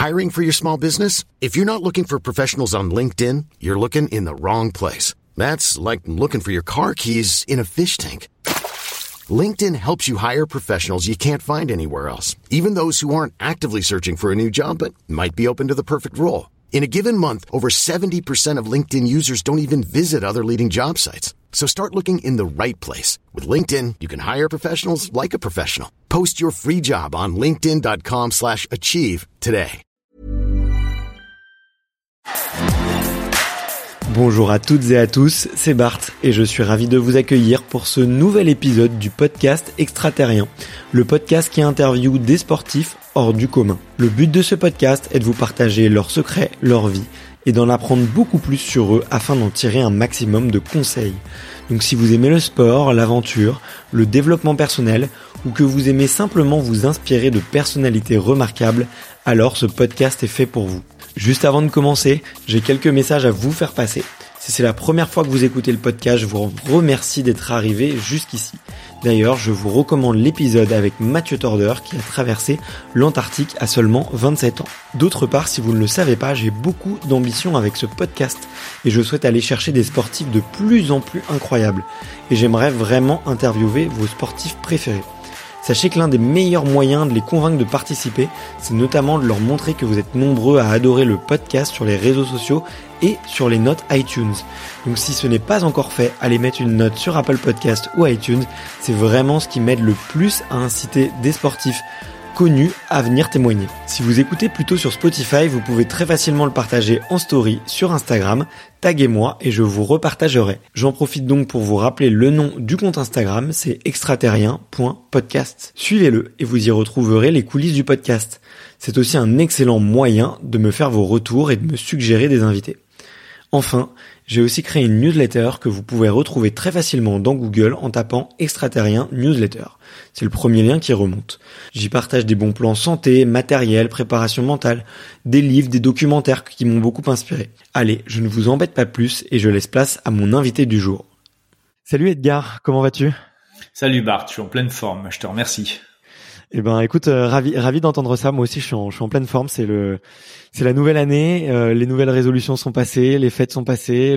Hiring for your small business? If you're not looking for professionals on LinkedIn, you're looking in the wrong place. That's like looking for your car keys in a fish tank. LinkedIn helps you hire professionals you can't find anywhere else, even those who aren't actively searching for a new job but might be open to the perfect role. In a given month, over 70% of LinkedIn users don't even visit other leading job sites. So start looking in the right place. With LinkedIn, you can hire professionals like a professional. Post your free job on linkedin.com/achieve today. Bonjour à toutes et à tous, c'est Bart et je suis ravi de vous accueillir pour ce nouvel épisode du podcast Extraterrien, le podcast qui interviewe des sportifs hors du commun. Le but de ce podcast est de vous partager leurs secrets, leur vie et d'en apprendre beaucoup plus sur eux afin d'en tirer un maximum de conseils. Donc si vous aimez le sport, l'aventure, le développement personnel ou que vous aimez simplement vous inspirer de personnalités remarquables, alors ce podcast est fait pour vous. Juste avant de commencer, j'ai quelques messages à vous faire passer. Si c'est la première fois que vous écoutez le podcast, je vous remercie d'être arrivé jusqu'ici. D'ailleurs, je vous recommande l'épisode avec Mathieu Torder qui a traversé l'Antarctique à seulement 27 ans. D'autre part, si vous ne le savez pas, j'ai beaucoup d'ambition avec ce podcast et je souhaite aller chercher des sportifs de plus en plus incroyables. Et j'aimerais vraiment interviewer vos sportifs préférés. Sachez que l'un des meilleurs moyens de les convaincre de participer, c'est notamment de leur montrer que vous êtes nombreux à adorer le podcast sur les réseaux sociaux et sur les notes iTunes. Donc si ce n'est pas encore fait, allez mettre une note sur Apple Podcast ou iTunes. C'est vraiment ce qui m'aide le plus à inciter des sportifs connus à venir témoigner. Si vous écoutez plutôt sur Spotify, vous pouvez très facilement le partager en story sur Instagram, taguez-moi et je vous repartagerai. J'en profite donc pour vous rappeler le nom du compte Instagram, c'est extraterrien.podcast. Suivez-le et vous y retrouverez les coulisses du podcast. C'est aussi un excellent moyen de me faire vos retours et de me suggérer des invités. Enfin, j'ai aussi créé une newsletter que vous pouvez retrouver très facilement dans Google en tapant Extraterrien Newsletter. C'est le premier lien qui remonte. J'y partage des bons plans santé, matériel, préparation mentale, des livres, des documentaires qui m'ont beaucoup inspiré. Allez, je ne vous embête pas plus et je laisse place à mon invité du jour. Salut Edgar, comment vas-tu ? Salut Bart, je suis en pleine forme, je te remercie. Eh ben, écoute, ravi d'entendre ça. Moi aussi, je suis en pleine forme. C'est la nouvelle année. Les nouvelles résolutions sont passées, les fêtes sont passées,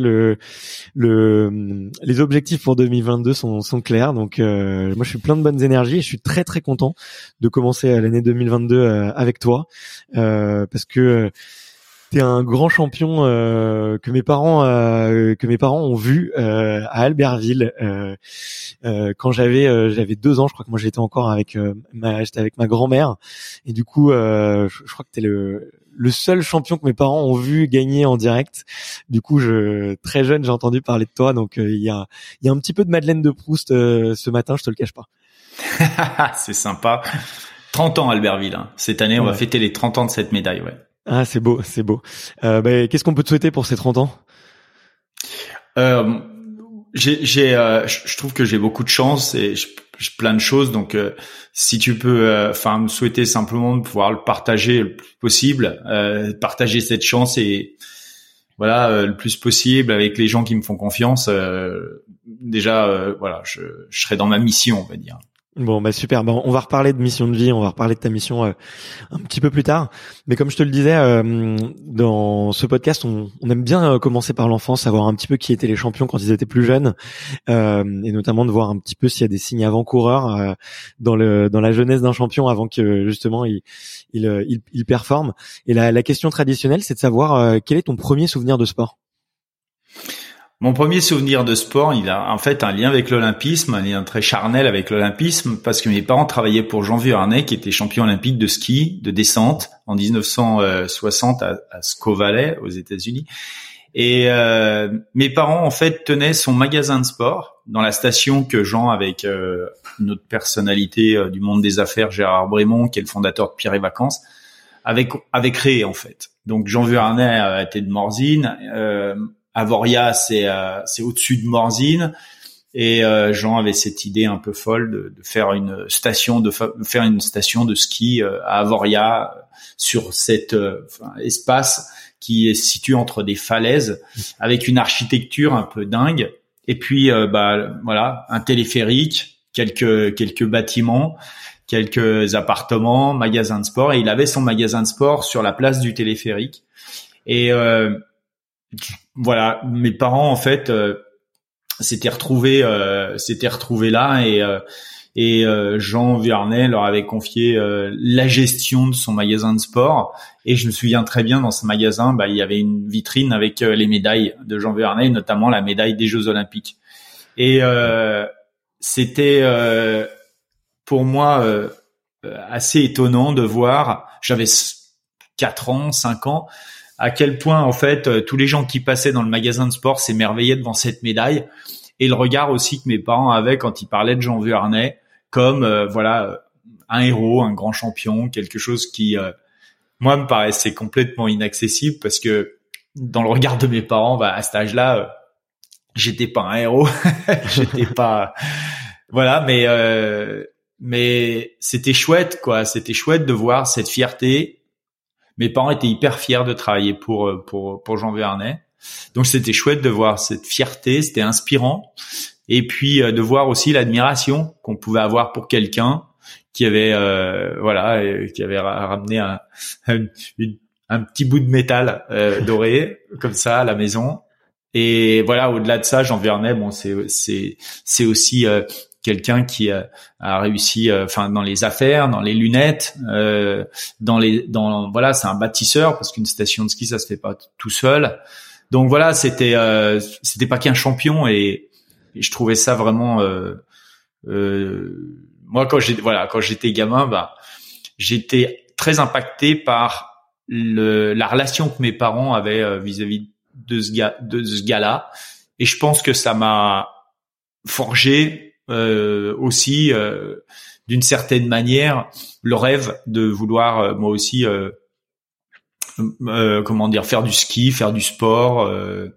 les objectifs pour 2022 sont clairs. Donc, moi, je suis plein de bonnes énergies et je suis très très content de commencer l'année 2022 avec toi, parce que t'es un grand champion que mes parents ont vu à Albertville quand j'avais 2 ans. Je crois que moi j'étais encore avec ma grand-mère et du coup je crois que t'es le seul champion que mes parents ont vu gagner en direct. Du coup, très jeune, j'ai entendu parler de toi, donc il y a un petit peu de Madeleine de Proust ce matin, je te le cache pas. C'est sympa. 30 ans Albertville, hein. Cette année, on va fêter les 30 ans de cette médaille, ouais. Ah, c'est beau. Qu'est-ce qu'on peut te souhaiter pour ces 30 ans? Je trouve que j'ai beaucoup de chance et j'ai plein de choses. Donc, si tu peux, me souhaiter simplement de pouvoir le partager le plus possible, partager cette chance et voilà, le plus possible avec les gens qui me font confiance. Je serai dans ma mission, on va dire. Bon, super. On va reparler de mission de vie, on va reparler de ta mission un petit peu plus tard. Mais comme je te le disais, dans ce podcast, on aime bien commencer par l'enfance, savoir un petit peu qui étaient les champions quand ils étaient plus jeunes, et notamment de voir un petit peu s'il y a des signes avant-coureurs dans la jeunesse d'un champion avant que justement il performe. Et la question traditionnelle, c'est de savoir quel est ton premier souvenir de sport. Mon premier souvenir de sport, il a en fait un lien avec l'olympisme, un lien très charnel avec l'olympisme, parce que mes parents travaillaient pour Jean Vuarnet, qui était champion olympique de ski, de descente, en 1960 à Squaw Valley, aux États-Unis. Et mes parents, en fait, tenaient son magasin de sport dans la station que Jean, avec une autre personnalité du monde des affaires, Gérard Brémond, qui est le fondateur de Pierre et Vacances, avait créé, en fait. Donc, Jean Vuarnet était de Morzine, Avoria, c'est au-dessus de Morzine, et Jean avait cette idée un peu folle de faire une station de ski à Avoria sur cet espace qui est situé entre des falaises avec une architecture un peu dingue. Et puis voilà, un téléphérique, quelques bâtiments, quelques appartements, magasins de sport, et il avait son magasin de sport sur la place du téléphérique. Et voilà, mes parents en fait s'étaient retrouvés là, et Jean Vuarnet leur avait confié la gestion de son magasin de sport. Et je me souviens très bien, dans ce magasin, il y avait une vitrine avec les médailles de Jean Vuarnet, notamment la médaille des Jeux Olympiques. Et c'était pour moi assez étonnant de voir, j'avais 4 ans, 5 ans, à quel point en fait tous les gens qui passaient dans le magasin de sport s'émerveillaient devant cette médaille, et le regard aussi que mes parents avaient quand ils parlaient de Jean Vuarnet comme voilà, un héros, un grand champion, quelque chose qui moi me paraissait complètement inaccessible, parce que dans le regard de mes parents, à cet âge-là, j'étais pas un héros, j'étais pas voilà, mais c'était chouette quoi, c'était chouette de voir cette fierté. Mes parents étaient hyper fiers de travailler pour Jean Vuarnet. Donc c'était chouette de voir cette fierté, c'était inspirant. Et puis de voir aussi l'admiration qu'on pouvait avoir pour quelqu'un qui avait qui avait ramené un petit bout de métal doré comme ça à la maison. Et voilà, au-delà de ça, Jean Vuarnet, bon, c'est aussi quelqu'un qui a réussi, dans les affaires, dans les lunettes, voilà, c'est un bâtisseur, parce qu'une station de ski ça se fait pas tout seul. Donc voilà, c'était pas qu'un champion, et je trouvais ça vraiment. Moi, quand j'étais gamin, j'étais très impacté par la relation que mes parents avaient vis-à-vis de ce gars-là, et je pense que ça m'a forgé aussi d'une certaine manière le rêve de vouloir moi aussi faire du ski, faire du sport,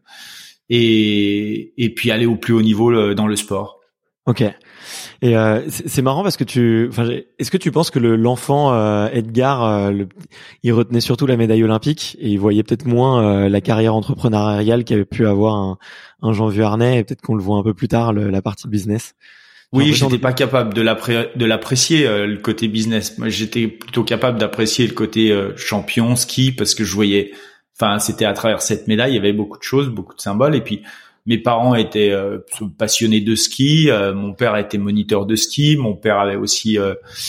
et puis aller au plus haut niveau dans le sport. Ok. Et c'est marrant parce que est-ce que tu penses que l'enfant Edgar, il retenait surtout la médaille olympique, et il voyait peut-être moins la carrière entrepreneuriale qu'avait pu avoir un Jean Vuarnet, et peut-être qu'on le voit un peu plus tard, la partie business? Oui, j'étais pas capable de l'apprécier le côté business. Moi, j'étais plutôt capable d'apprécier le côté champion ski, parce que je voyais, c'était à travers cette médaille, il y avait beaucoup de choses, beaucoup de symboles. Et puis mes parents étaient passionnés de ski. Mon père était moniteur de ski. Mon père avait aussi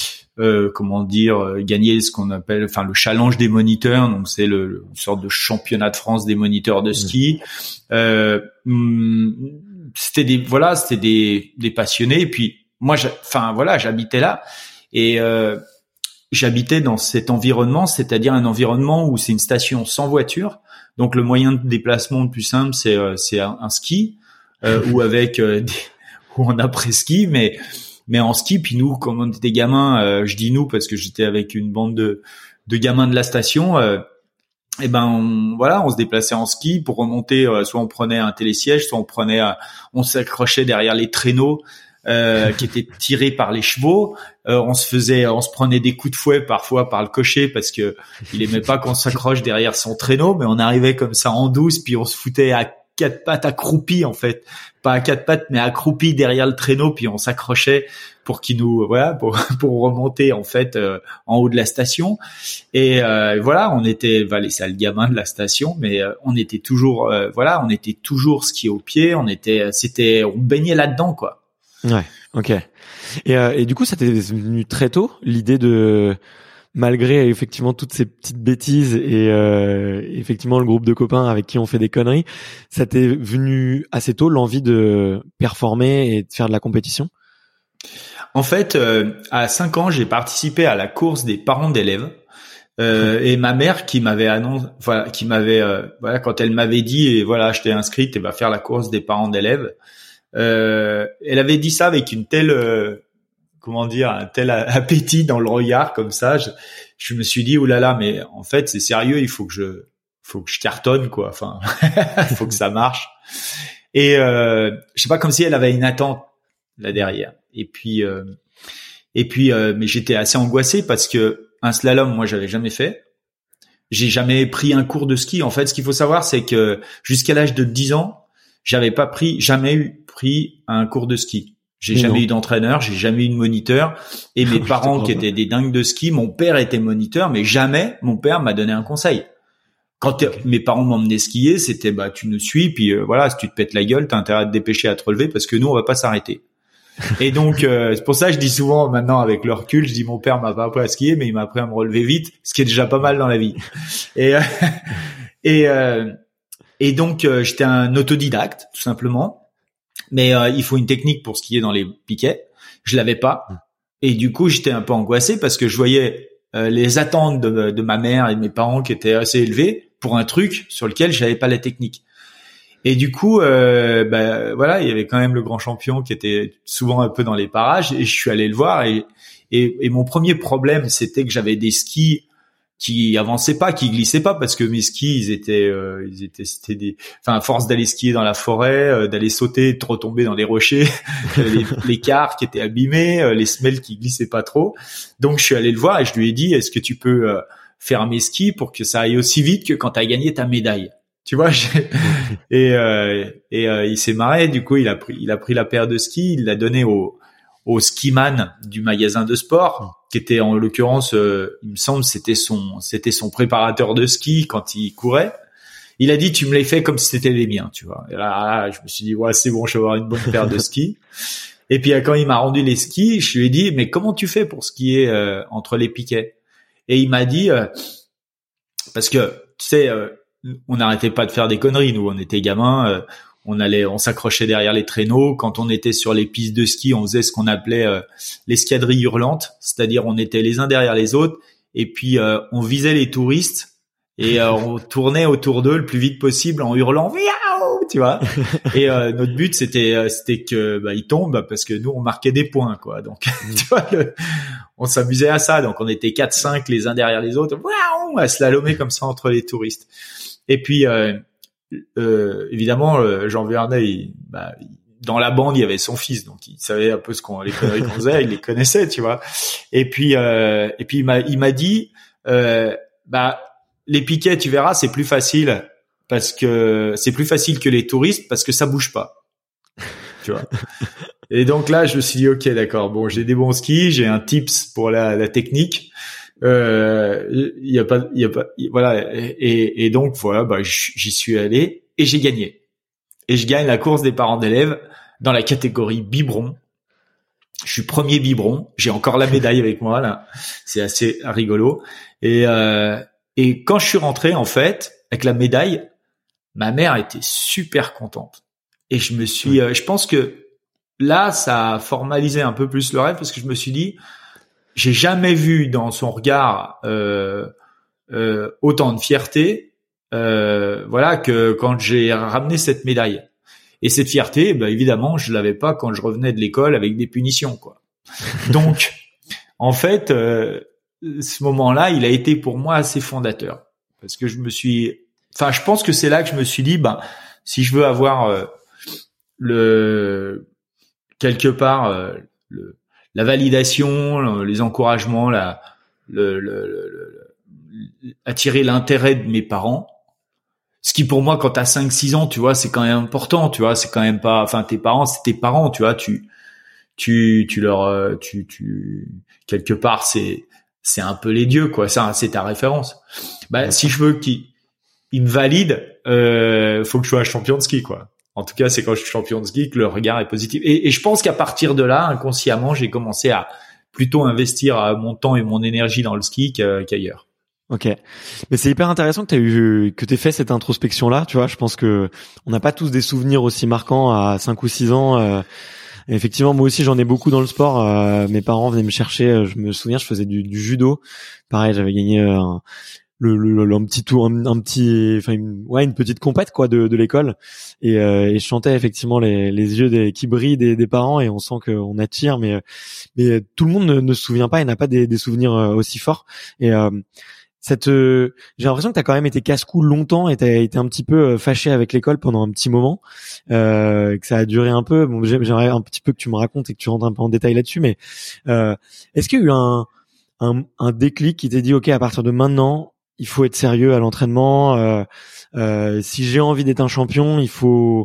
gagné ce qu'on appelle, le challenge des moniteurs. Donc c'est une sorte de championnat de France des moniteurs de ski. C'était des passionnés. Et puis moi, j'habitais là, et j'habitais dans cet environnement, c'est-à-dire un environnement où c'est une station sans voiture. Donc le moyen de déplacement le plus simple, c'est un ski, ou avec ou en après-ski, mais en ski. Puis nous, quand on était gamins, je dis nous parce que j'étais avec une bande de gamins de la station. On se déplaçait en ski pour remonter. Soit on prenait un télésiège, soit on s'accrochait derrière les traîneaux qui étaient tirés par les chevaux. On se prenait des coups de fouet parfois par le cocher, parce que il aimait pas qu'on s'accroche derrière son traîneau, mais on arrivait comme ça en douce, puis on se foutait à 4 pattes accroupi, en fait, pas à 4 pattes mais accroupi derrière le traîneau, puis on s'accrochait pour qu'il nous pour remonter en fait en haut de la station. Et on était les sales gamins de la station, mais on était toujours ski au pied, on baignait là-dedans quoi. Ouais, ok. Et du coup, ça t'est venu très tôt, l'idée de, malgré effectivement toutes ces petites bêtises et effectivement le groupe de copains avec qui on fait des conneries, ça t'est venu assez tôt l'envie de performer et de faire de la compétition? En fait, à 5 ans, j'ai participé à la course des parents d'élèves. Et ma mère qui m'avait quand elle m'avait dit, et voilà, je t'ai inscrite et va faire la course des parents d'élèves. Elle avait dit ça avec une telle un tel appétit dans le regard comme ça. Je me suis dit oulala, mais en fait c'est sérieux, il faut que je cartonne quoi. Il faut que ça marche. Et je sais pas, comme si elle avait une attente là derrière. Et puis mais j'étais assez angoissé parce que un slalom, moi j'avais jamais fait. J'ai jamais pris un cours de ski. En fait, ce qu'il faut savoir, c'est que jusqu'à l'âge de 10 ans, jamais pris un cours de ski. J'ai jamais eu d'entraîneur, j'ai jamais eu de moniteur. Et mes parents qui étaient des dingues de ski, mon père était moniteur, mais jamais mon père m'a donné un conseil. Quand mes parents m'emmenaient skier, c'était tu nous suis, puis voilà, si tu te pètes la gueule, t'as intérêt à te dépêcher à te relever parce que nous on va pas s'arrêter. Et donc c'est pour ça que je dis souvent maintenant avec le recul, je dis mon père m'a pas appris à skier, mais il m'a appris à me relever vite, ce qui est déjà pas mal dans la vie. Et donc j'étais un autodidacte tout simplement. Mais il faut une technique pour skier dans les piquets. Je l'avais pas. Et du coup, j'étais un peu angoissé parce que je voyais les attentes de ma mère et de mes parents qui étaient assez élevées pour un truc sur lequel j'avais pas la technique. Et du coup, voilà, il y avait quand même le grand champion qui était souvent un peu dans les parages et je suis allé le voir et mon premier problème, c'était que j'avais des skis qui avançaient pas, qui glissaient pas parce que mes skis, c'était des, enfin, à force d'aller skier dans la forêt, d'aller sauter, de retomber dans les rochers, les cars qui étaient abîmés, les semelles qui glissaient pas trop. Donc, je suis allé le voir et je lui ai dit, est-ce que tu peux faire mes skis pour que ça aille aussi vite que quand t'as gagné ta médaille? Tu vois, et il s'est marré. Du coup, il a pris la paire de skis, il l'a donné au skiman du magasin de sport, qui était en l'occurrence, il me semble, c'était son préparateur de ski quand il courait. Il a dit, tu me les fais comme si c'était les miens, tu vois. Et là, je me suis dit, ouais, c'est bon, je vais avoir une bonne paire de skis. Et puis, quand il m'a rendu les skis, je lui ai dit, mais comment tu fais pour skier entre les piquets? Et il m'a dit, parce que, tu sais, on n'arrêtait pas de faire des conneries, nous, on était gamins, on s'accrochait derrière les traîneaux. Quand on était sur les pistes de ski, on faisait ce qu'on appelait l'escadrille hurlante, c'est-à-dire on était les uns derrière les autres et puis on visait les touristes et on tournait autour d'eux le plus vite possible en hurlant miaou, tu vois. Et notre but c'était que ils tombent parce que nous on marquait des points quoi. Donc tu vois, on s'amusait à ça. Donc on était 4-5 les uns derrière les autres, miaou, à slalomer comme ça entre les touristes. Et puis évidemment, Jean Vernet, dans la bande, il y avait son fils, donc il savait un peu les conneries qu'on faisait, il les connaissait, tu vois. Et puis il m'a dit, les piquets, tu verras, c'est plus facile que les touristes parce que ça bouge pas, tu vois. Et donc là, je me suis dit, ok, d'accord, bon, j'ai des bons skis, j'ai un tips pour la technique. Voilà. Et donc, voilà, j'y suis allé et j'ai gagné. Et je gagne la course des parents d'élèves dans la catégorie biberon. Je suis premier biberon. J'ai encore la médaille avec moi, là. C'est assez rigolo. Et quand je suis rentré, en fait, avec la médaille, ma mère était super contente. Et je pense que là, ça a formalisé un peu plus le rêve parce que je me suis dit, j'ai jamais vu dans son regard autant de fierté, voilà, que quand j'ai ramené cette médaille. Et cette fierté, évidemment, je l'avais pas quand je revenais de l'école avec des punitions, quoi. Donc, en fait, ce moment-là, il a été pour moi assez fondateur, parce que je pense que c'est là que je me suis dit, si je veux avoir quelque part la validation, les encouragements, attirer l'intérêt de mes parents. Ce qui pour moi, quand t'as 5-6 ans, tu vois, c'est quand même important, tu vois, c'est quand même pas, enfin, tes parents, c'est tes parents, tu vois, quelque part, c'est un peu les dieux, quoi, ça, c'est ta référence. Si je veux qu'ils me valident, faut que je sois un champion de ski, quoi. En tout cas, c'est quand je suis champion de ski que le regard est positif. Et je pense qu'à partir de là, inconsciemment, j'ai commencé à plutôt investir mon temps et mon énergie dans le ski qu'ailleurs. Ok. Mais c'est hyper intéressant que t'aies fait cette introspection-là, tu vois. Je pense que on n'a pas tous des souvenirs aussi marquants à 5 ou 6 ans. Effectivement, moi aussi, j'en ai beaucoup dans le sport. Mes parents venaient me chercher. Je me souviens, je faisais du judo. Pareil, j'avais gagné un petit tour, une petite compète quoi de l'école et je chantais effectivement les yeux qui brillent des parents et on sent qu'on attire, mais tout le monde ne se souvient pas et n'a pas des souvenirs aussi forts. Et j'ai l'impression que t'as quand même été casse-cou longtemps et t'as été un petit peu fâché avec l'école pendant un petit moment, que ça a duré un peu. Bon, j'aimerais un petit peu que tu me racontes et que tu rentres un peu en détail là-dessus, mais est-ce qu'il y a eu un déclic qui t'est dit, ok, à partir de maintenant, il faut être sérieux à l'entraînement. Si j'ai envie d'être un champion, il faut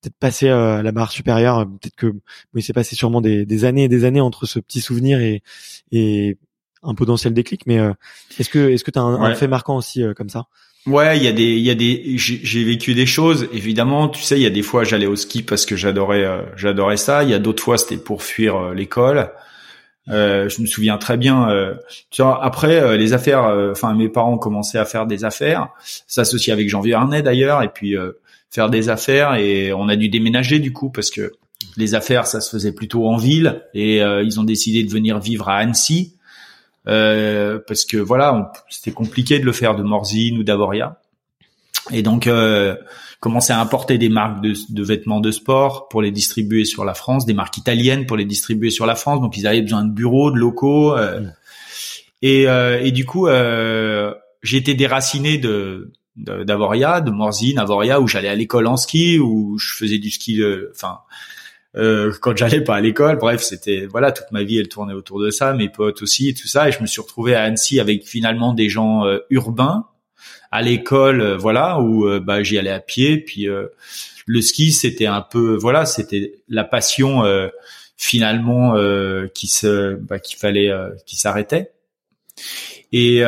peut-être passé la barre supérieure. Peut-être que il s'est passé sûrement des années et des années entre ce petit souvenir et un potentiel déclic. Mais est-ce que t'as un fait marquant aussi comme ça? Ouais, j'ai vécu des choses. Évidemment, tu sais, il y a des fois j'allais au ski parce que j'adorais ça. Il y a d'autres fois c'était pour fuir l'école. Je me souviens très bien. Tu vois, après les affaires, mes parents ont commencé à faire des affaires, s'associer avec Jean-Vieux Arnais d'ailleurs, et puis faire des affaires. Et on a dû déménager du coup parce que les affaires ça se faisait plutôt en ville, et ils ont décidé de venir vivre à Annecy. Parce que voilà, c'était compliqué de le faire de Morzine ou d'Avoria, et donc commencer à importer des marques de vêtements de sport pour les distribuer sur la France, des marques italiennes pour les distribuer sur la France. Donc ils avaient besoin de bureaux, de locaux, et du coup j'ai été déraciné d'Avoria, de Morzine, Avoria, où j'allais à l'école en ski, où je faisais du ski quand j'allais pas à l'école. Bref, c'était voilà, toute ma vie elle tournait autour de ça, mes potes aussi et tout ça, et je me suis retrouvé à Annecy avec finalement des gens urbains à l'école, voilà, où j'y allais à pied. Puis le ski c'était un peu c'était la passion finalement qui s'arrêtait. Et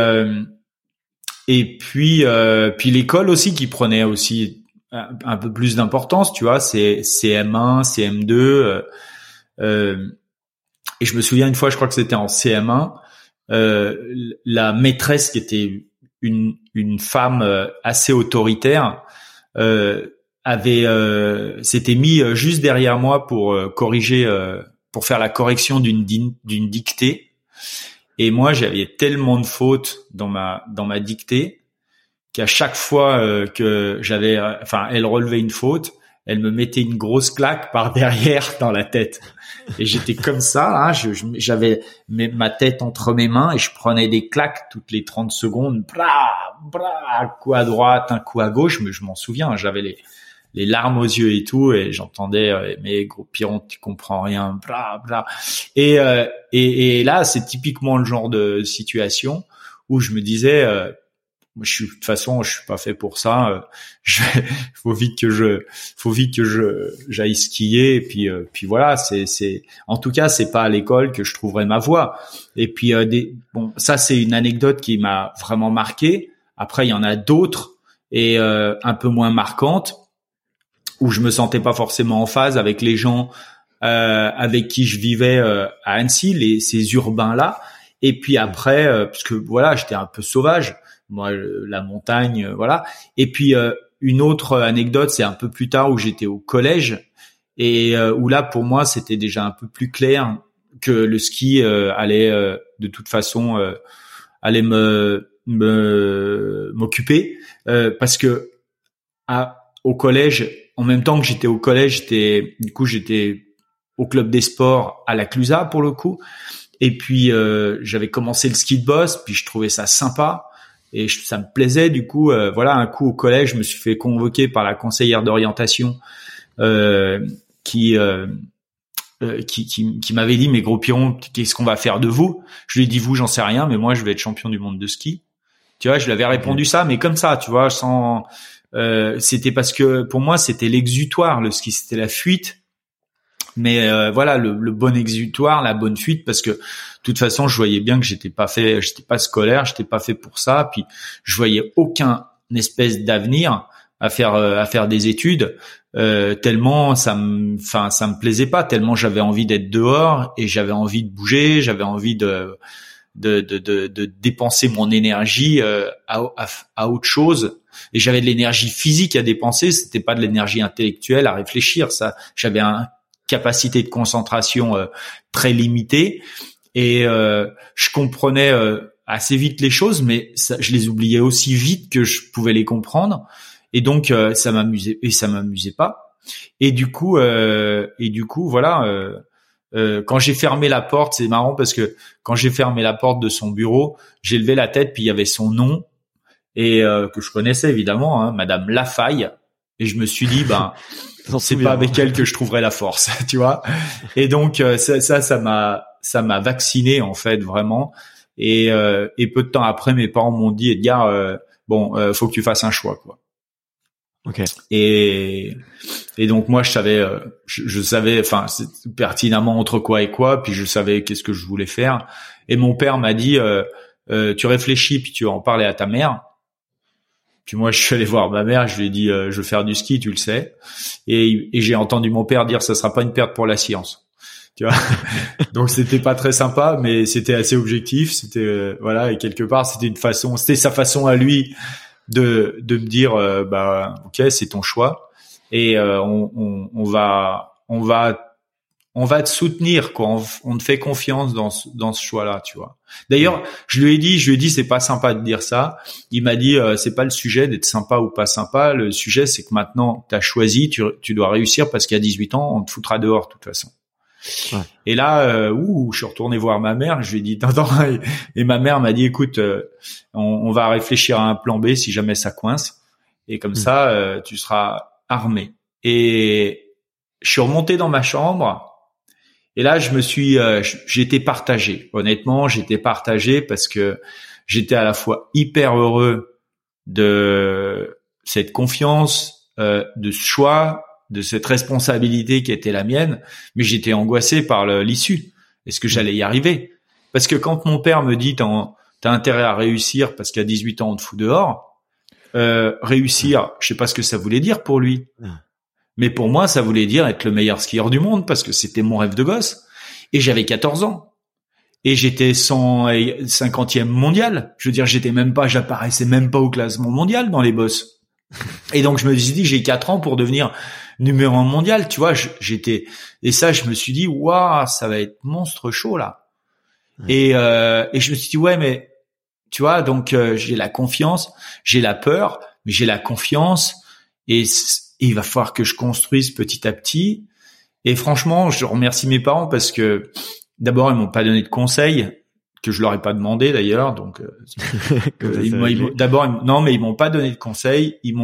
puis l'école aussi qui prenait aussi un peu plus d'importance, tu vois, c'est CM1, CM2, et je me souviens une fois, je crois que c'était en CM1, la maîtresse qui était une femme assez autoritaire s'était mis juste derrière moi pour corriger, pour faire la correction d'une dictée, et moi j'avais tellement de fautes dans ma dictée qu'à chaque fois que elle relevait une faute, elle me mettait une grosse claque par derrière dans la tête. Et j'étais comme ça, hein, j'avais ma tête entre mes mains et je prenais des claques toutes les 30 secondes. Un coup à droite, un coup à gauche, mais je m'en souviens, hein, j'avais les larmes aux yeux et tout, et j'entendais mais gros Piron, tu comprends rien, et là c'est typiquement le genre de situation où je me disais de toute façon, je suis pas fait pour ça. Faut vite que j'aille skier. Et puis voilà, en tout cas, c'est pas à l'école que je trouverai ma voie. Et puis ça c'est une anecdote qui m'a vraiment marqué. Après, il y en a d'autres et un peu moins marquantes où je me sentais pas forcément en phase avec les gens avec qui je vivais à Annecy, ces urbains là. Et puis après, parce que voilà, j'étais un peu sauvage. Moi, la montagne, voilà. Et puis une autre anecdote, c'est un peu plus tard où j'étais au collège et où là, pour moi, c'était déjà un peu plus clair que le ski allait de toute façon allait m'occuper parce que au collège, en même temps que j'étais au collège, j'étais au club des sports à la Clusaz pour le coup. Et puis j'avais commencé le ski de boss, puis je trouvais ça sympa. Et ça me plaisait, du coup, voilà, un coup au collège, je me suis fait convoquer par la conseillère d'orientation qui m'avait dit, mais gros Piron, qu'est-ce qu'on va faire de vous? Je lui ai dit, vous, j'en sais rien, mais moi, je vais être champion du monde de ski. Tu vois, je lui avais répondu ça, mais comme ça, tu vois, c'était parce que pour moi, c'était l'exutoire, le ski, c'était la fuite. Mais voilà, le bon exutoire, la bonne fuite, parce que de toute façon, je voyais bien que j'étais pas scolaire, j'étais pas fait pour ça, puis je voyais aucun espèce d'avenir à faire des études, tellement ça me plaisait pas, tellement j'avais envie d'être dehors et j'avais envie de bouger, j'avais envie de dépenser mon énergie à autre chose. Et j'avais de l'énergie physique à dépenser, c'était pas de l'énergie intellectuelle à réfléchir. Ça, j'avais une capacité de concentration très limitée et je comprenais assez vite les choses, mais je les oubliais aussi vite que je pouvais les comprendre. Et donc ça m'amusait pas. Et du coup voilà. Quand j'ai fermé la porte, c'est marrant parce que quand j'ai fermé la porte de son bureau, j'ai levé la tête puis il y avait son nom et que je connaissais évidemment, hein, Madame Lafaille. Et je me suis dit, c'est pas avec elle que je trouverai la force, tu vois. Et donc ça m'a vacciné en fait vraiment. Et peu de temps après, mes parents m'ont dit, Edgar, faut que tu fasses un choix, quoi. Ok. Et donc moi je savais enfin pertinemment entre quoi et quoi, puis je savais qu'est-ce que je voulais faire. Et mon père m'a dit tu réfléchis puis tu vas en parler à ta mère. Puis moi je suis allé voir ma mère, je lui ai dit je veux faire du ski, tu le sais. Et j'ai entendu mon père dire ça sera pas une perte pour la science. Tu vois. Donc c'était pas très sympa, mais c'était assez objectif, c'était voilà, et quelque part c'était sa façon à lui de me dire bah OK, c'est ton choix et on va te soutenir quoi, on te fait confiance dans ce choix-là, tu vois. D'ailleurs, je lui ai dit c'est pas sympa de dire ça. Il m'a dit c'est pas le sujet d'être sympa ou pas sympa, le sujet c'est que maintenant tu as choisi, tu dois réussir parce qu'à 18 ans, on te foutra dehors de toute façon. Ouais. Et là, je suis retourné voir ma mère. Je lui ai dit, attends, et ma mère m'a dit, écoute, on va réfléchir à un plan B si jamais ça coince, et comme ça, tu seras armé. Et je suis remonté dans ma chambre, et là, j'étais partagé. Honnêtement, j'étais partagé parce que j'étais à la fois hyper heureux de cette confiance, de ce choix, de cette responsabilité qui était la mienne, mais j'étais angoissé par l'issue. Est-ce que j'allais y arriver? Parce que quand mon père me dit t'as intérêt à réussir parce qu'à 18 ans on te fout dehors, réussir, je sais pas ce que ça voulait dire pour lui. Mais pour moi, ça voulait dire être le meilleur skieur du monde parce que c'était mon rêve de gosse. Et j'avais 14 ans. Et j'étais 150e mondial. Je veux dire, j'apparaissais même pas au classement mondial dans les bosses. Et donc je me suis dit j'ai 4 ans pour devenir numéro 1 mondial, tu vois, et ça je me suis dit waouh, ça va être monstre chaud là. Et je me suis dit ouais mais tu vois, donc j'ai la confiance, j'ai la peur, mais j'ai la confiance et il va falloir que je construise petit à petit. Et franchement, je remercie mes parents parce que d'abord ils m'ont pas donné de conseils que je leur ai pas demandé d'ailleurs, donc ils m'ont pas donné de conseils, ils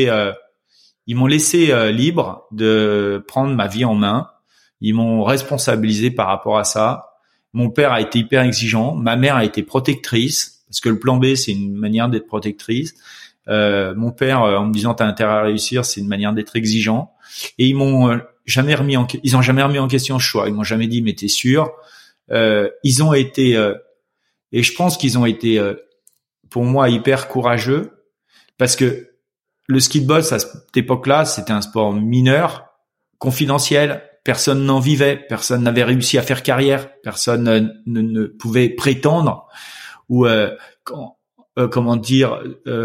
m'ont laissé libre de prendre ma vie en main, ils m'ont responsabilisé par rapport à ça. Mon père a été hyper exigeant, ma mère a été protectrice parce que le plan B c'est une manière d'être protectrice. Mon père en me disant t'as intérêt à réussir, c'est une manière d'être exigeant, et ils ont jamais remis en question ce choix, ils m'ont jamais dit mais t'es sûr. Ils ont été et je pense qu'ils ont été, pour moi, hyper courageux parce que le ski de boss à cette époque-là, c'était un sport mineur, confidentiel. Personne n'en vivait, personne n'avait réussi à faire carrière, personne ne pouvait prétendre ou comment dire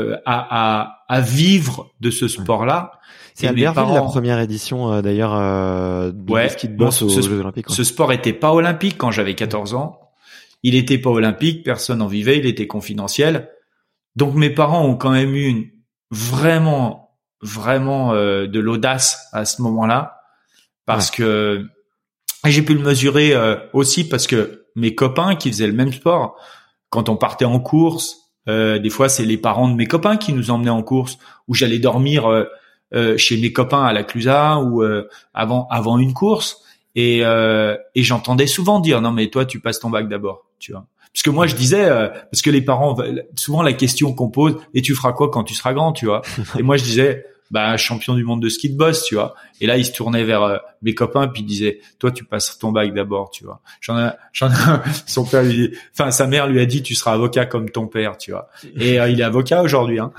à vivre de ce sport-là. C'est à Berville la première édition d'ailleurs du ski de boss aux Jeux Olympiques. Ce sport était pas olympique quand j'avais 14 ans. Il était pas olympique, personne n'en vivait, il était confidentiel. Donc mes parents ont quand même eu vraiment de l'audace à ce moment-là, parce que j'ai pu le mesurer aussi parce que mes copains qui faisaient le même sport, quand on partait en course, des fois c'est les parents de mes copains qui nous emmenaient en course, ou j'allais dormir chez mes copains à la Clusaz ou avant une course, et j'entendais souvent dire non mais toi tu passes ton bac d'abord, tu vois. Parce que moi je disais parce que les parents, souvent la question qu'on pose, et tu feras quoi quand tu seras grand, tu vois. Et moi je disais champion du monde de ski de boss, tu vois. Et là il se tournait vers mes copains puis il disait toi tu passes ton bac d'abord, tu vois. Son père sa mère lui a dit tu seras avocat comme ton père, tu vois. Et il est avocat aujourd'hui, hein.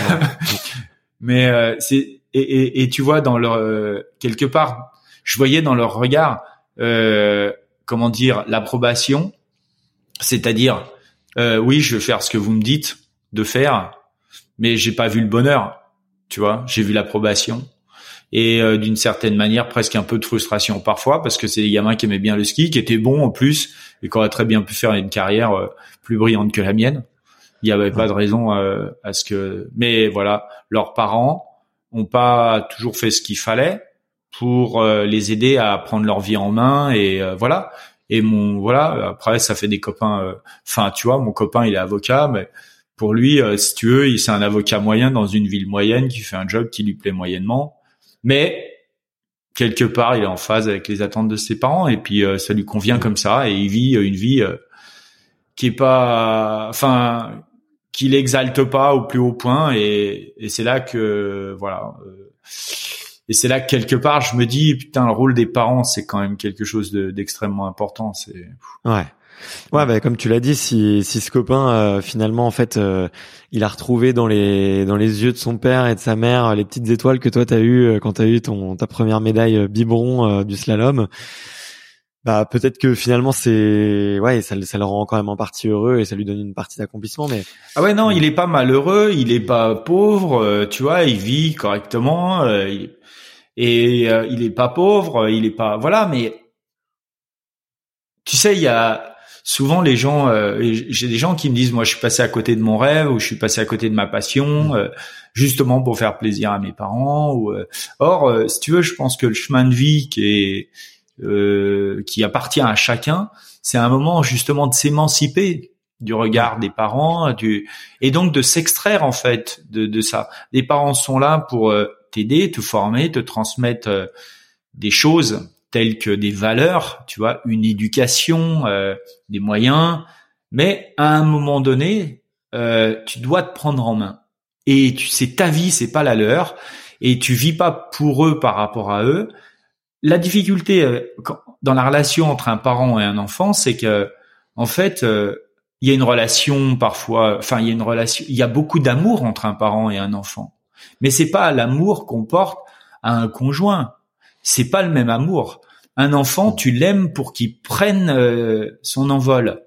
Mais c'est et tu vois dans leur quelque part, je voyais dans leur regard comment dire, l'approbation. C'est-à-dire, oui, je vais faire ce que vous me dites de faire, mais j'ai pas vu le bonheur, tu vois. J'ai vu l'approbation et d'une certaine manière presque un peu de frustration parfois, parce que c'est des gamins qui aimaient bien le ski, qui étaient bons en plus et qui auraient très bien pu faire une carrière plus brillante que la mienne. Il y avait pas de raison à ce que. Mais voilà, leurs parents ont pas toujours fait ce qu'il fallait pour les aider à prendre leur vie en main, et voilà. Et après ça fait des copains, tu vois, mon copain il est avocat, mais pour lui si tu veux, c'est un avocat moyen dans une ville moyenne qui fait un job qui lui plaît moyennement, mais quelque part il est en phase avec les attentes de ses parents, et puis ça lui convient comme ça, et il vit une vie qui qui l'exalte pas au plus haut point, et c'est là que voilà. Et c'est là que quelque part je me dis putain, le rôle des parents c'est quand même quelque chose d'extrêmement important. C'est Ouais, bah, comme tu l'as dit, si ce copain finalement en fait il a retrouvé dans les yeux de son père et de sa mère les petites étoiles que toi t'as eu quand t'as eu ta première médaille biberon du slalom, bah peut-être que finalement ça le rend quand même en partie heureux et ça lui donne une partie d'accomplissement. Mais ah ouais, non, il est pas malheureux, il est pas pauvre, tu vois, il vit correctement, il est pas pauvre, il est pas voilà, mais tu sais, il y a souvent les gens, j'ai des gens qui me disent moi je suis passé à côté de mon rêve ou je suis passé à côté de ma passion justement pour faire plaisir à mes parents or si tu veux, je pense que le chemin de vie qui appartient à chacun, c'est un moment justement de s'émanciper du regard des parents, et donc de s'extraire en fait de ça. Les parents sont là pour t'aider, te former, te transmettre des choses telles que des valeurs, tu vois, une éducation, des moyens, mais à un moment donné, tu dois te prendre en main. Et c'est ta vie, c'est pas la leur, et tu vis pas pour eux par rapport à eux. La difficulté dans la relation entre un parent et un enfant, c'est que en fait, il y a une relation parfois, enfin il y a beaucoup d'amour entre un parent et un enfant, mais c'est pas l'amour qu'on porte à un conjoint. C'est pas le même amour. Un enfant, tu l'aimes pour qu'il prenne son envol.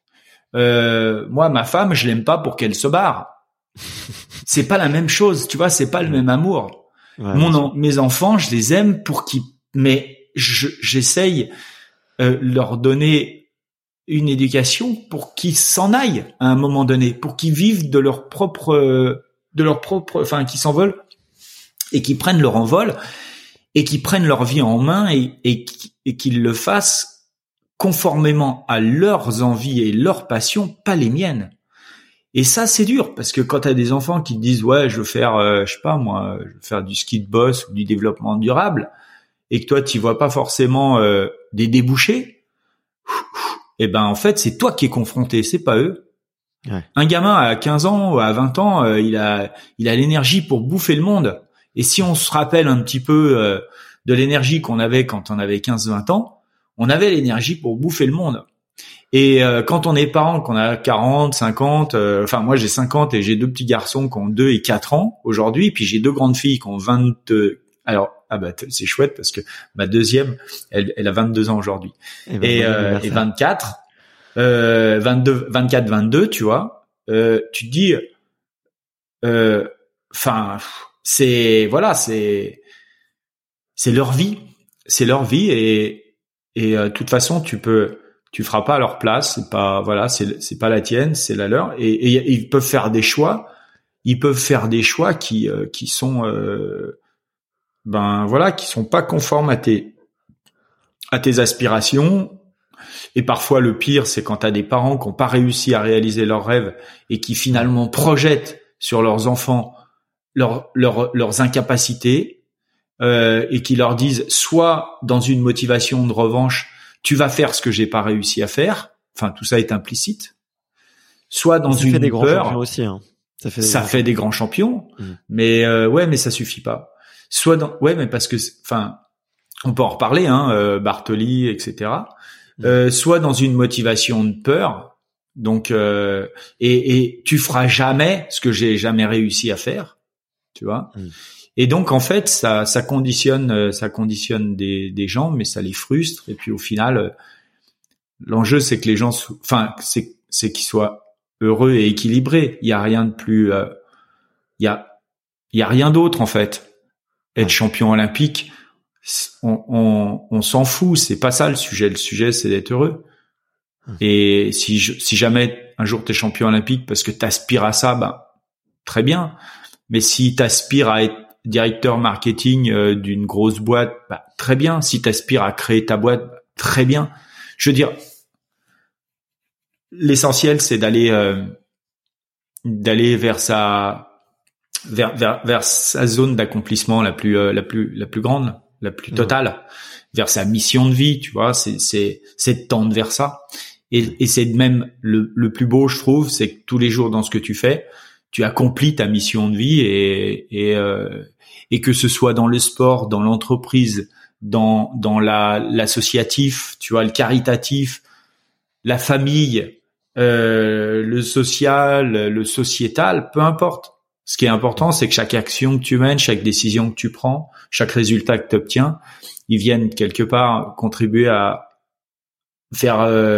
Moi, ma femme, je l'aime pas pour qu'elle se barre. C'est pas la même chose, tu vois, c'est pas le même amour. Ouais, mes enfants, je les aime mais j'essaye leur donner une éducation pour qu'ils s'en aillent à un moment donné, pour qu'ils vivent de leur propre, enfin, qu'ils s'envolent et qu'ils prennent leur envol et qu'ils prennent leur vie en main et qu'ils le fassent conformément à leurs envies et leurs passions, pas les miennes. Et ça, c'est dur parce que quand t'as des enfants qui te disent ouais, je veux faire, je sais pas moi, je veux faire du ski de boss ou du développement durable, et que toi tu vois pas forcément des débouchés, et ben en fait c'est toi qui es confronté, c'est pas eux. Ouais. Un gamin à 15 ans ou à 20 ans, il a l'énergie pour bouffer le monde. Et si on se rappelle un petit peu de l'énergie qu'on avait quand on avait 15-20 ans, on avait l'énergie pour bouffer le monde. Et quand on est parent, qu'on a 40, 50, enfin moi j'ai 50 et j'ai deux petits garçons qui ont 2 et 4 ans aujourd'hui, puis j'ai deux grandes filles qui ont 22. Alors c'est chouette parce que ma deuxième, elle a 22 ans aujourd'hui et 24, 22, tu vois. Tu te dis, enfin c'est leur vie, et de toute façon tu feras pas à leur place, c'est pas pas la tienne, c'est la leur, et ils peuvent faire des choix, qui sont qui sont pas conformes à tes aspirations. Et parfois le pire, c'est quand t'as des parents qui n'ont pas réussi à réaliser leurs rêves et qui finalement projettent sur leurs enfants leurs incapacités, et qui leur disent soit dans une motivation de revanche, tu vas faire ce que j'ai pas réussi à faire. Enfin, tout ça est implicite. Soit dans une des peur. Grands champions aussi, hein. Ça fait des grands champions. Mais mais ça suffit pas. Mais parce que, enfin, on peut en reparler, hein, Bartoli, etc. Soit dans une motivation de peur. Donc, et tu feras jamais ce que j'ai jamais réussi à faire, tu vois. Et donc en fait ça conditionne des gens, mais ça les frustre. Et puis au final, l'enjeu c'est que les gens, c'est qu'ils soient heureux et équilibrés. Il y a rien de plus, il y a rien d'autre en fait. Être champion olympique, on s'en fout. C'est pas ça le sujet. Le sujet c'est d'être heureux. Et si jamais un jour t'es champion olympique parce que t'aspires à ça, très bien. Mais si t'aspires à être directeur marketing d'une grosse boîte, très bien. Si t'aspires à créer ta boîte, très bien. Je veux dire, l'essentiel c'est d'aller vers sa zone d'accomplissement la plus grande, la plus totale, vers sa mission de vie, tu vois. C'est de tendre vers ça. Et c'est même le plus beau, je trouve, c'est que tous les jours dans ce que tu fais, tu accomplis ta mission de vie et que ce soit dans le sport, dans l'entreprise, dans l'associatif, tu vois, le caritatif, la famille, le social, le sociétal, peu importe. Ce qui est important, c'est que chaque action que tu mènes, chaque décision que tu prends, chaque résultat que tu obtiens, ils viennent quelque part contribuer à faire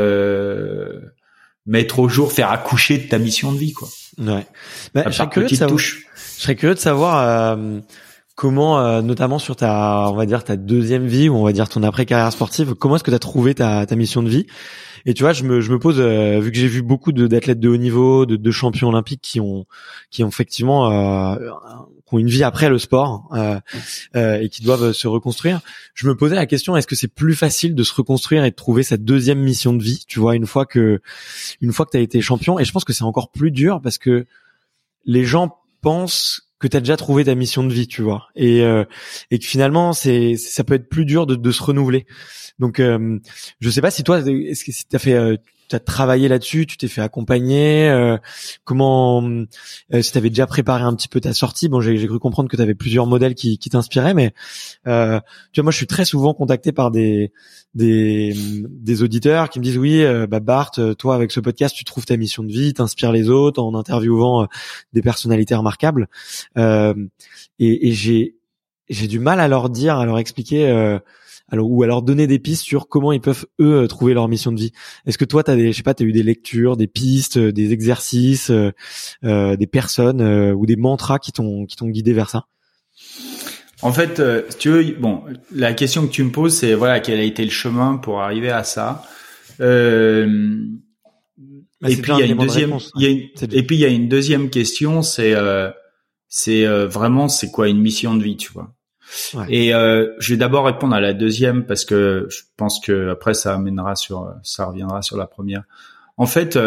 mettre au jour, faire accoucher de ta mission de vie, quoi. Ouais. Je serais curieux de savoir comment, notamment sur on va dire ta deuxième vie ou on va dire ton après-carrière sportive, comment est-ce que tu as trouvé ta mission de vie? Et tu vois, je me pose, vu que j'ai vu beaucoup d'athlètes de haut niveau, de champions olympiques qui ont effectivement qui ont une vie après le sport et qui doivent se reconstruire. Je me posais la question, est-ce que c'est plus facile de se reconstruire et de trouver sa deuxième mission de vie, tu vois, une fois que tu as été champion? Et je pense que c'est encore plus dur parce que les gens pensent que tu as déjà trouvé ta mission de vie, tu vois, et que finalement ça peut être plus dur de se renouveler. Donc je sais pas si toi, est-ce que t'as travaillé là-dessus, tu t'es fait accompagner, comment, si t'avais déjà préparé un petit peu ta sortie. Bon, j'ai cru comprendre que t'avais plusieurs modèles qui t'inspiraient, mais tu vois, moi je suis très souvent contacté par des auditeurs qui me disent oui, Bart, toi avec ce podcast tu trouves ta mission de vie, t'inspires les autres en interviewant des personnalités remarquables, et j'ai du mal à leur dire, à leur expliquer ou à leur donner des pistes sur comment ils peuvent eux trouver leur mission de vie. Est-ce que toi t'as t'as eu des lectures, des pistes, des exercices, des personnes ou des mantras qui t'ont guidé vers ça? En fait, si tu veux, bon, la question que tu me poses, c'est voilà, quel a été le chemin pour arriver à ça. Et puis il y a une deuxième, il y a une deuxième question, c'est vraiment c'est quoi une mission de vie, tu vois. Ouais. Et je vais d'abord répondre à la deuxième parce que je pense que après ça reviendra sur la première. En fait,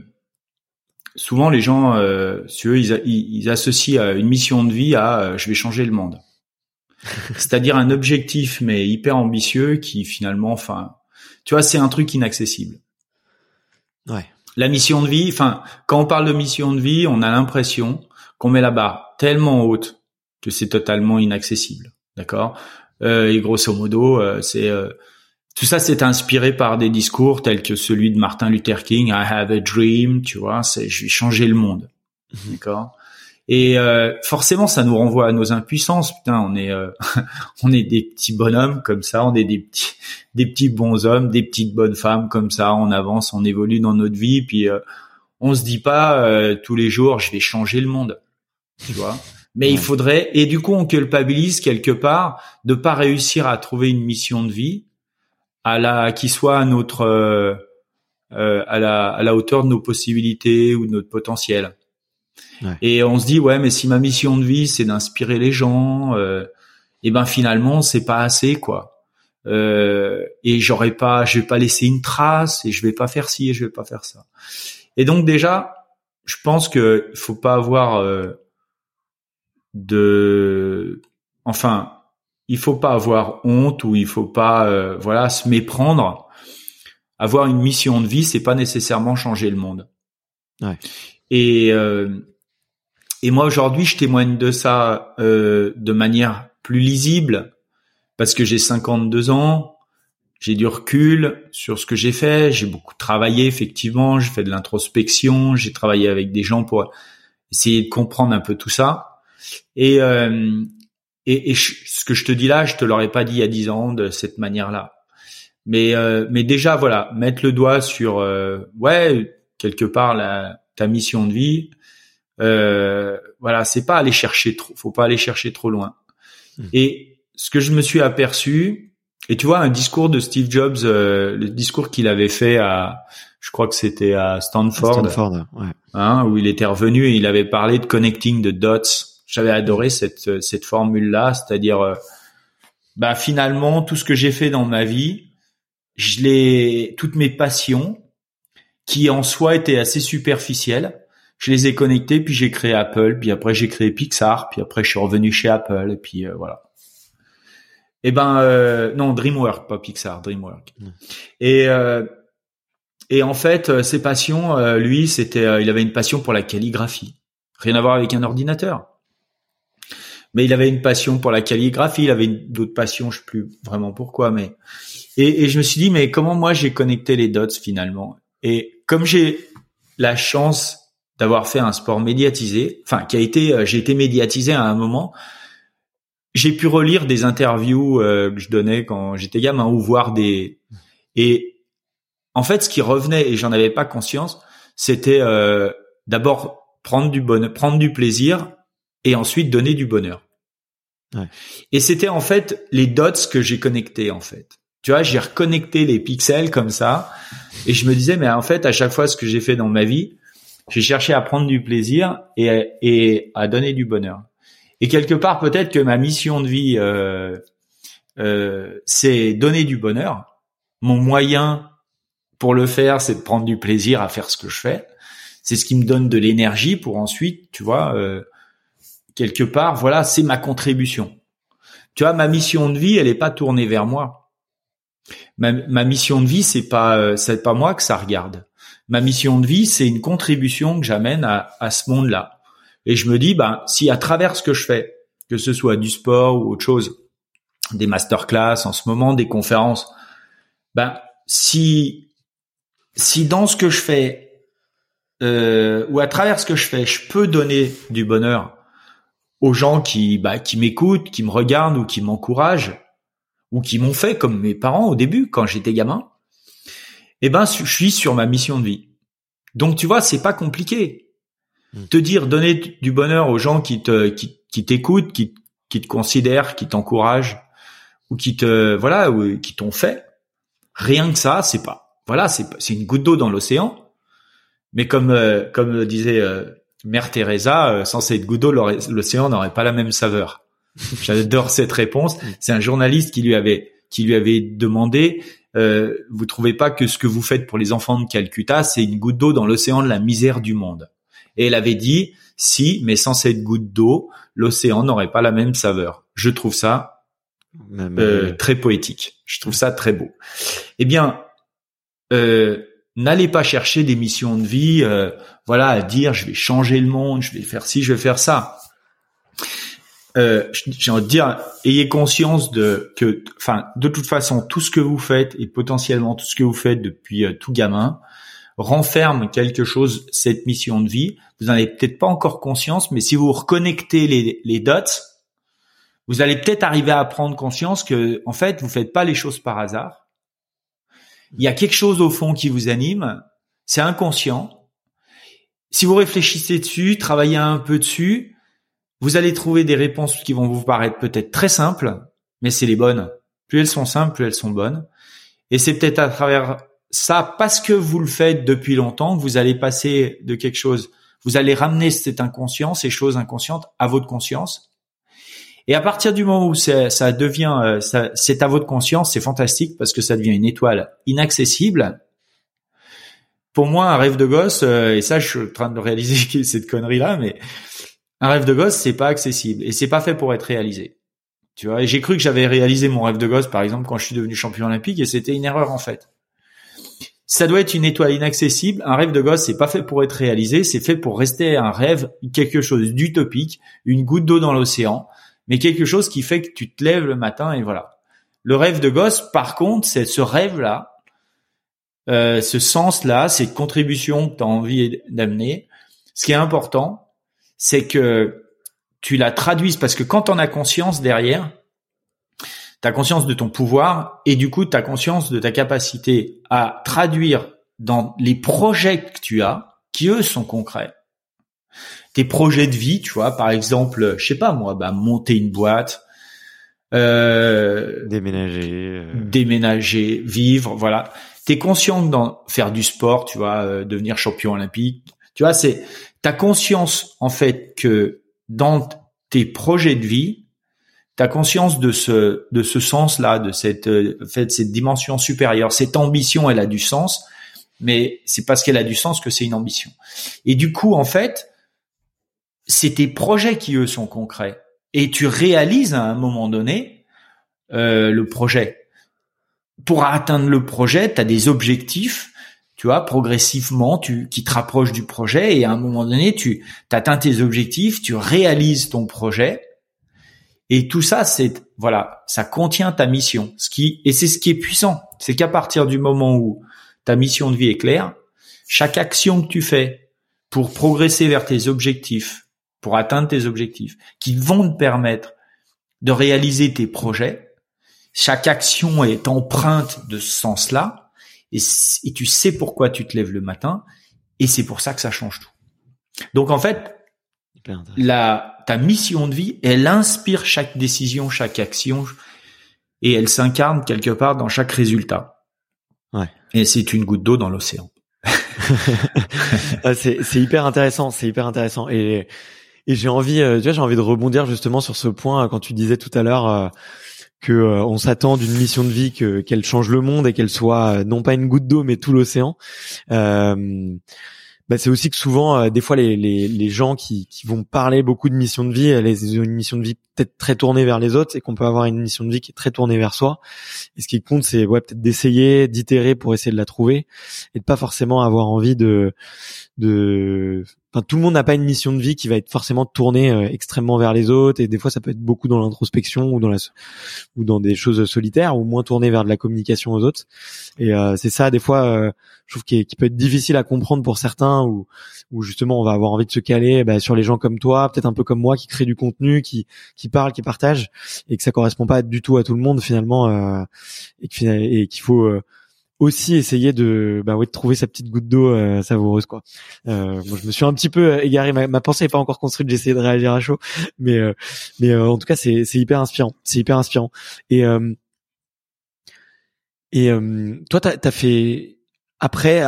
souvent les gens, si eux, ils associent une mission de vie à je vais changer le monde. C'est-à-dire un objectif mais hyper ambitieux qui finalement, enfin, tu vois, c'est un truc inaccessible. Ouais. La mission de vie, enfin, quand on parle de mission de vie, on a l'impression qu'on met la barre tellement haute que c'est totalement inaccessible, d'accord. Et grosso modo, tout ça, c'est inspiré par des discours tels que celui de Martin Luther King, I have a dream, tu vois, c'est je vais changer le monde, d'accord. Et forcément, ça nous renvoie à nos impuissances. Putain, on est des petits bonhommes comme ça, on est des petits bons hommes, des petites bonnes femmes comme ça. On avance, on évolue dans notre vie, puis on se dit pas tous les jours, je vais changer le monde, tu vois. Mais il faudrait, et du coup on culpabilise quelque part de pas réussir à trouver une mission de vie qui soit à notre à la hauteur de nos possibilités ou de notre potentiel. Ouais. Et on se dit ouais, mais si ma mission de vie c'est d'inspirer les gens, et ben finalement c'est pas assez quoi. Et je vais pas laisser une trace et je vais pas faire ci et je vais pas faire ça. Et donc déjà, je pense que il faut pas avoir il faut pas avoir honte ou il faut pas se méprendre. Avoir une mission de vie, c'est pas nécessairement changer le monde. Ouais. Et moi aujourd'hui, je témoigne de ça de manière plus lisible parce que j'ai 52 ans, j'ai du recul sur ce que j'ai fait, j'ai beaucoup travaillé effectivement, j'ai fait de l'introspection, j'ai travaillé avec des gens pour essayer de comprendre un peu tout ça. Et ce que je te dis là, je te l'aurais pas dit il y a 10 ans de cette manière-là. Mais déjà voilà, mettre le doigt sur quelque part ta mission de vie. C'est pas aller chercher trop, faut pas aller chercher trop loin. Et ce que je me suis aperçu, et tu vois un discours de Steve Jobs, le discours qu'il avait fait je crois que c'était à Stanford, ouais. Où il était revenu et il avait parlé de connecting the dots. J'avais adoré cette formule-là, c'est-à-dire finalement tout ce que j'ai fait dans ma vie, toutes mes passions qui en soi étaient assez superficielles, je les ai connectées, puis j'ai créé Apple, puis après j'ai créé Pixar, puis après je suis revenu chez Apple, et puis voilà. Et non, DreamWorks, pas Pixar, DreamWorks. Et Et en fait, ses passions, lui, il avait une passion pour la calligraphie. Rien à voir avec un ordinateur. Mais il avait une passion pour la calligraphie, il avait d'autres passions, je sais plus vraiment pourquoi, mais et je me suis dit, mais comment moi j'ai connecté les dots finalement? Et comme j'ai la chance d'avoir fait un sport médiatisé, j'ai été médiatisé à un moment, j'ai pu relire des interviews que je donnais quand j'étais gamin ou voir et en fait, ce qui revenait, et j'en avais pas conscience, c'était d'abord prendre du plaisir et ensuite donner du bonheur. Ouais. Et c'était en fait les dots que j'ai connectés en fait. Tu vois, j'ai reconnecté les pixels comme ça et je me disais mais en fait à chaque fois ce que j'ai fait dans ma vie, j'ai cherché à prendre du plaisir et à donner du bonheur. Et quelque part peut-être que ma mission de vie c'est donner du bonheur. Mon moyen pour le faire, c'est de prendre du plaisir à faire ce que je fais. C'est ce qui me donne de l'énergie pour ensuite, tu vois, quelque part, voilà, c'est ma contribution. Tu vois, ma mission de vie, elle est pas tournée vers moi. Ma mission de vie, c'est pas moi que ça regarde. Ma mission de vie, c'est une contribution que j'amène à ce monde-là. Et je me dis, si à travers ce que je fais, que ce soit du sport ou autre chose, des masterclass en ce moment, des conférences, si dans ce que je fais ou à travers ce que je fais, je peux donner du bonheur aux gens qui m'écoutent, qui me regardent ou qui m'encouragent ou qui m'ont fait comme mes parents au début quand j'étais gamin, je suis sur ma mission de vie. Donc tu vois, c'est pas compliqué. Te dire donner du bonheur aux gens qui t'écoutent, qui te considèrent, qui t'encouragent ou qui t'ont fait. Rien que ça, c'est une goutte d'eau dans l'océan. Mais comme disait Mère Teresa, sans cette goutte d'eau, l'océan n'aurait pas la même saveur. J'adore cette réponse. C'est un journaliste qui lui avait demandé, vous trouvez pas que ce que vous faites pour les enfants de Calcutta, c'est une goutte d'eau dans l'océan de la misère du monde? Et elle avait dit, si, mais sans cette goutte d'eau, l'océan n'aurait pas la même saveur. Je trouve ça très poétique. Je trouve ça très beau. Eh bien, n'allez pas chercher des missions de vie, à dire je vais changer le monde, je vais faire ci, je vais faire ça. J'ai envie de dire, ayez conscience de toute façon, tout ce que vous faites et potentiellement tout ce que vous faites depuis tout gamin renferme quelque chose, cette mission de vie. Vous n'en avez peut-être pas encore conscience, mais si vous reconnectez les dots, vous allez peut-être arriver à prendre conscience que, en fait, vous faites pas les choses par hasard. Il y a quelque chose au fond qui vous anime. C'est inconscient. Si vous réfléchissez dessus, travaillez un peu dessus, vous allez trouver des réponses qui vont vous paraître peut-être très simples, mais c'est les bonnes. Plus elles sont simples, plus elles sont bonnes. Et c'est peut-être à travers ça, parce que vous le faites depuis longtemps, vous allez passer de quelque chose. Vous allez ramener cet inconscient, ces choses inconscientes à votre conscience. Et à partir du moment où ça devient, c'est à votre conscience, c'est fantastique parce que ça devient une étoile inaccessible. Pour moi, un rêve de gosse, et ça, je suis en train de réaliser cette connerie-là, mais un rêve de gosse, c'est pas accessible et c'est pas fait pour être réalisé. Tu vois, et j'ai cru que j'avais réalisé mon rêve de gosse, par exemple, quand je suis devenu champion olympique, et c'était une erreur en fait. Ça doit être une étoile inaccessible. Un rêve de gosse, c'est pas fait pour être réalisé, c'est fait pour rester un rêve, quelque chose d'utopique, une goutte d'eau dans l'océan, mais quelque chose qui fait que tu te lèves le matin et voilà. Le rêve de gosse, par contre, c'est ce rêve-là, ce sens-là, cette contribution que tu as envie d'amener. Ce qui est important, c'est que tu la traduises, parce que quand on a conscience derrière, tu as conscience de ton pouvoir et du coup, tu as conscience de ta capacité à traduire dans les projets que tu as, qui eux sont concrets. Tes projets de vie, tu vois, par exemple, je sais pas moi, monter une boîte, déménager, vivre, voilà. T'es conscient faire du sport, tu vois, devenir champion olympique. Tu vois, t'as conscience en fait que dans tes projets de vie, t'as conscience de ce sens-là, de cette dimension supérieure. Cette ambition, elle a du sens, mais c'est parce qu'elle a du sens que c'est une ambition. Et du coup, en fait, c'est tes projets qui, eux, sont concrets. Et tu réalises à un moment donné le projet. Pour atteindre le projet, tu as des objectifs. tu vois, progressivement, qui te rapproche du projet, et à un moment donné, tu atteins tes objectifs, tu réalises ton projet, et tout ça, ça contient ta mission. Et c'est ce qui est puissant, c'est qu'à partir du moment où ta mission de vie est claire, chaque action que tu fais pour progresser vers tes objectifs, pour atteindre tes objectifs, qui vont te permettre de réaliser tes projets, chaque action est empreinte de ce sens-là, et tu sais pourquoi tu te lèves le matin, et c'est pour ça que ça change tout. Donc en fait, ta mission de vie, elle inspire chaque décision, chaque action, et elle s'incarne quelque part dans chaque résultat. Ouais. Et c'est une goutte d'eau dans l'océan. C'est hyper intéressant, et j'ai envie, j'ai envie de rebondir justement sur ce point quand tu disais tout à l'heure que on s'attend d'une mission de vie qu'elle change le monde et qu'elle soit non pas une goutte d'eau mais tout l'océan. C'est aussi que souvent des fois les gens qui vont parler beaucoup de mission de vie, elles ont une mission de vie peut-être très tournée vers les autres, et qu'on peut avoir une mission de vie qui est très tournée vers soi. Et ce qui compte, c'est peut-être d'essayer, d'itérer pour essayer de la trouver, et de pas forcément avoir envie tout le monde n'a pas une mission de vie qui va être forcément tournée extrêmement vers les autres, et des fois ça peut être beaucoup dans l'introspection ou dans des choses solitaires, ou moins tournées vers de la communication aux autres. Et c'est ça des fois je trouve qui peut être difficile à comprendre pour certains, où justement on va avoir envie de se caler sur les gens comme toi, peut-être un peu comme moi, qui créent du contenu, qui parlent, qui partagent, et que ça correspond pas du tout à tout le monde finalement, et qu'il faut aussi essayer de trouver sa petite goutte d'eau savoureuse, quoi. Moi je me suis un petit peu égaré, ma pensée est pas encore construite, j'ai essayé de réagir à chaud, mais en tout cas c'est hyper inspirant, et toi t'as fait après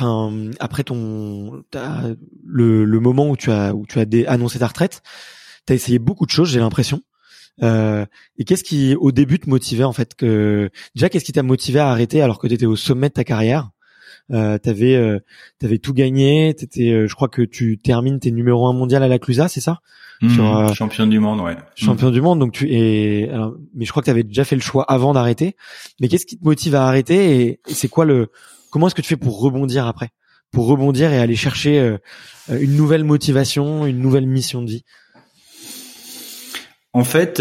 le moment où tu as annoncé ta retraite, t'as essayé beaucoup de choses, j'ai l'impression. Et qu'est-ce qui au début te motivait en fait, qu'est-ce qui t'a motivé à arrêter alors que t'étais au sommet de ta carrière? T'avais tout gagné, je crois que t'es numéro 1 mondial à la Clusaz, c'est ça? Champion du monde, ouais. Champion du monde, donc mais je crois que t'avais déjà fait le choix avant d'arrêter. Mais qu'est-ce qui te motive à arrêter, et c'est quoi comment est-ce que tu fais pour rebondir après? Pour rebondir et aller chercher une nouvelle motivation, une nouvelle mission de vie? En fait,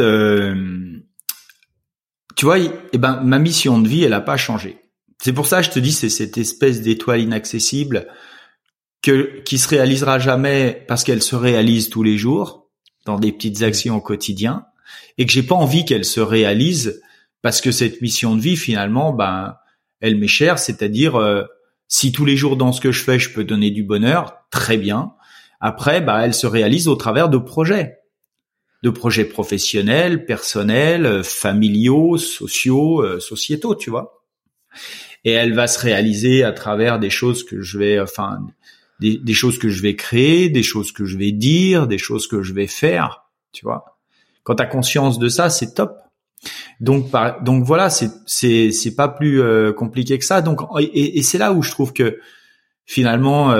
tu vois, ma mission de vie, elle a pas changé. C'est pour ça que je te dis, c'est cette espèce d'étoile inaccessible qui se réalisera jamais, parce qu'elle se réalise tous les jours dans des petites actions au quotidien, et que j'ai pas envie qu'elle se réalise parce que cette mission de vie, finalement, elle m'est chère. C'est-à-dire, si tous les jours dans ce que je fais, je peux donner du bonheur, très bien. Après, elle se réalise au travers de projets professionnels, personnels, familiaux, sociaux, sociétaux, tu vois. Et elle va se réaliser à travers des choses que je vais, des choses que je vais créer, des choses que je vais dire, des choses que je vais faire, tu vois. Quand t'as conscience de ça, c'est top. Donc voilà, c'est pas plus compliqué que ça. Donc et c'est là où je trouve que finalement,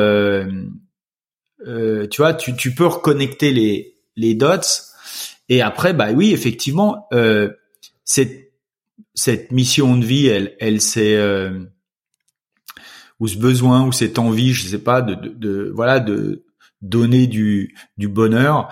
tu vois, tu peux reconnecter les dots. Et après, oui, effectivement, cette mission de vie, elle s'est, ou ce besoin, ou cette envie, je sais pas, de donner du bonheur,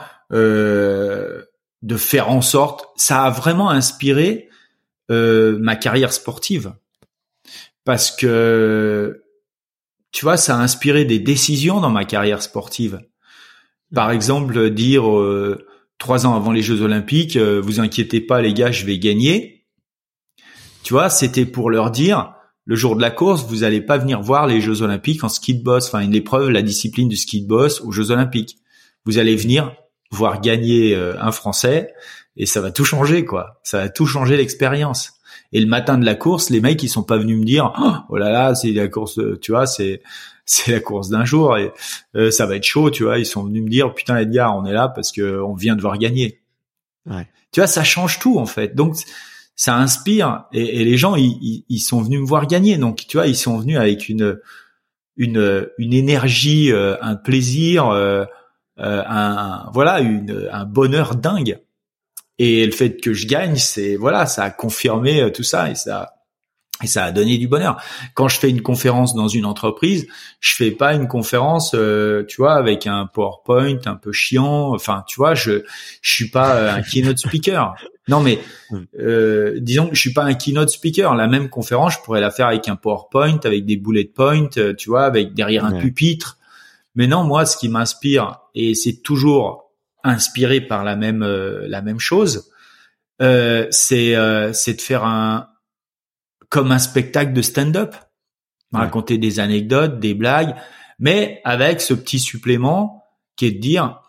de faire en sorte, ça a vraiment inspiré ma carrière sportive, parce que tu vois, ça a inspiré des décisions dans ma carrière sportive. Par exemple, dire 3 ans avant les Jeux Olympiques, vous inquiétez pas les gars, je vais gagner. Tu vois, c'était pour leur dire, le jour de la course, vous allez pas venir voir les Jeux Olympiques en ski de boss, une épreuve, la discipline du ski de boss aux Jeux Olympiques. Vous allez venir voir gagner un Français, et ça va tout changer, quoi. Ça va tout changer l'expérience. Et le matin de la course, les mecs, ils sont pas venus me dire, oh là là, c'est la course, tu vois, c'est la course d'un jour, et ça va être chaud, tu vois. Ils sont venus me dire, putain Edgar, on est là parce que on vient de voir gagner. Ouais. Tu vois, ça change tout en fait. Donc ça inspire, et les gens ils sont venus me voir gagner. Donc tu vois, ils sont venus avec une énergie, un plaisir, un bonheur dingue. Et le fait que je gagne, ça a confirmé tout ça, et ça Et ça a donné du bonheur. Quand je fais une conférence dans une entreprise, je fais pas une conférence, tu vois, avec un PowerPoint un peu chiant. Enfin, tu vois, je suis pas un keynote speaker. Non, mais disons que je suis pas un keynote speaker. La même conférence, je pourrais la faire avec un PowerPoint, avec des bullet points, tu vois, avec derrière un pupitre. Mais non, moi, ce qui m'inspire, et c'est toujours inspiré par la même chose, c'est de faire comme un spectacle de stand-up, raconter des anecdotes, des blagues, mais avec ce petit supplément qui est de dire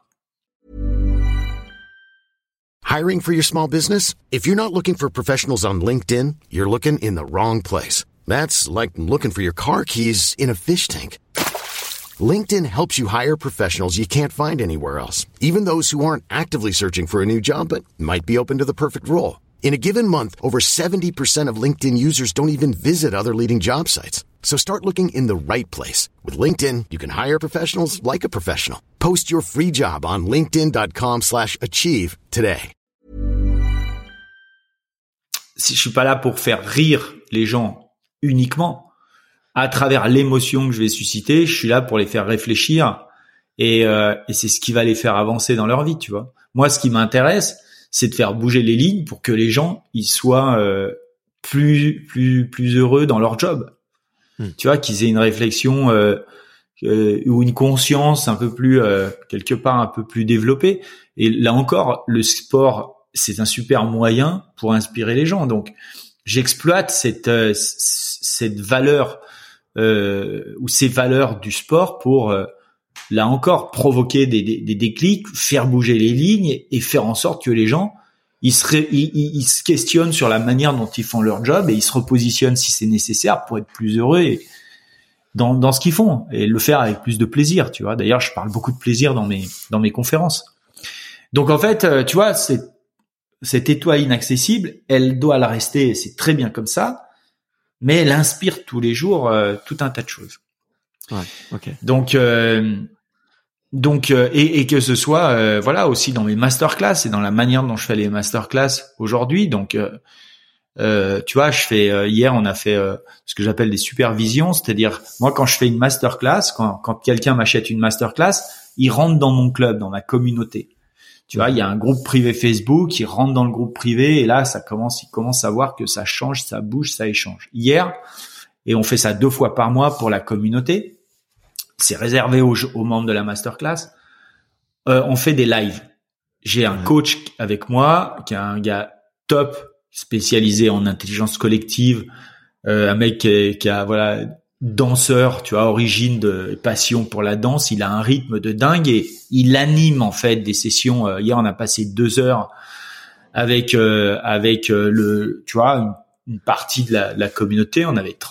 Hiring for your small business? If you're not looking for professionals on LinkedIn, you're looking in the wrong place. That's like looking for your car keys in a fish tank. LinkedIn helps you hire professionals you can't find anywhere else, even those who aren't actively searching for a new job but might be open to the perfect role. In a given month, over 70% of LinkedIn users don't even visit other leading job sites. So start looking in the right place. With LinkedIn, you can hire professionals like a professional. Post your free job on linkedin.com/achieve today. Si je suis pas là pour faire rire les gens uniquement, à travers l'émotion que je vais susciter, je suis là pour les faire réfléchir et c'est ce qui va les faire avancer dans leur vie, tu vois. Moi, ce qui m'intéresse, c'est de faire bouger les lignes pour que les gens ils soient plus heureux dans leur job. Tu vois, qu'ils aient une réflexion ou une conscience un peu plus quelque part un peu plus développée. Et là encore, le sport, c'est un super moyen pour inspirer les gens. Donc, j'exploite cette valeur ou ces valeurs du sport pour là encore provoquer des déclics, faire bouger les lignes et faire en sorte que les gens ils se questionnent sur la manière dont ils font leur job et ils se repositionnent si c'est nécessaire pour être plus heureux et dans ce qu'ils font et le faire avec plus de plaisir, tu vois. D'ailleurs, je parle beaucoup de plaisir dans mes conférences. Donc en fait, tu vois, cette étoile inaccessible, elle doit la rester, c'est très bien comme ça, mais elle inspire tous les jours tout un tas de choses. Ouais, ok. Donc et que ce soit voilà aussi dans mes masterclass et dans la manière dont je fais les masterclass aujourd'hui. Donc tu vois, je fais hier on a fait ce que j'appelle des supervisions, c'est-à-dire moi quand je fais une masterclass, quand quelqu'un m'achète une masterclass, il rentre dans mon club, dans ma communauté. Tu vois, il y a un groupe privé Facebook, il rentre dans le groupe privé et là il commence à voir que ça change, ça bouge, ça échange. Hier, et on fait ça 2 fois par mois pour la communauté. C'est réservé aux membres de la masterclass. On fait des lives. J'ai un coach avec moi, qui est un gars top, spécialisé en intelligence collective, un mec qui a voilà danseur, tu vois, origine de passion pour la danse. Il a un rythme de dingue et il anime en fait des sessions. Hier, on a passé 2 heures avec le, tu vois, une partie de la communauté. On avait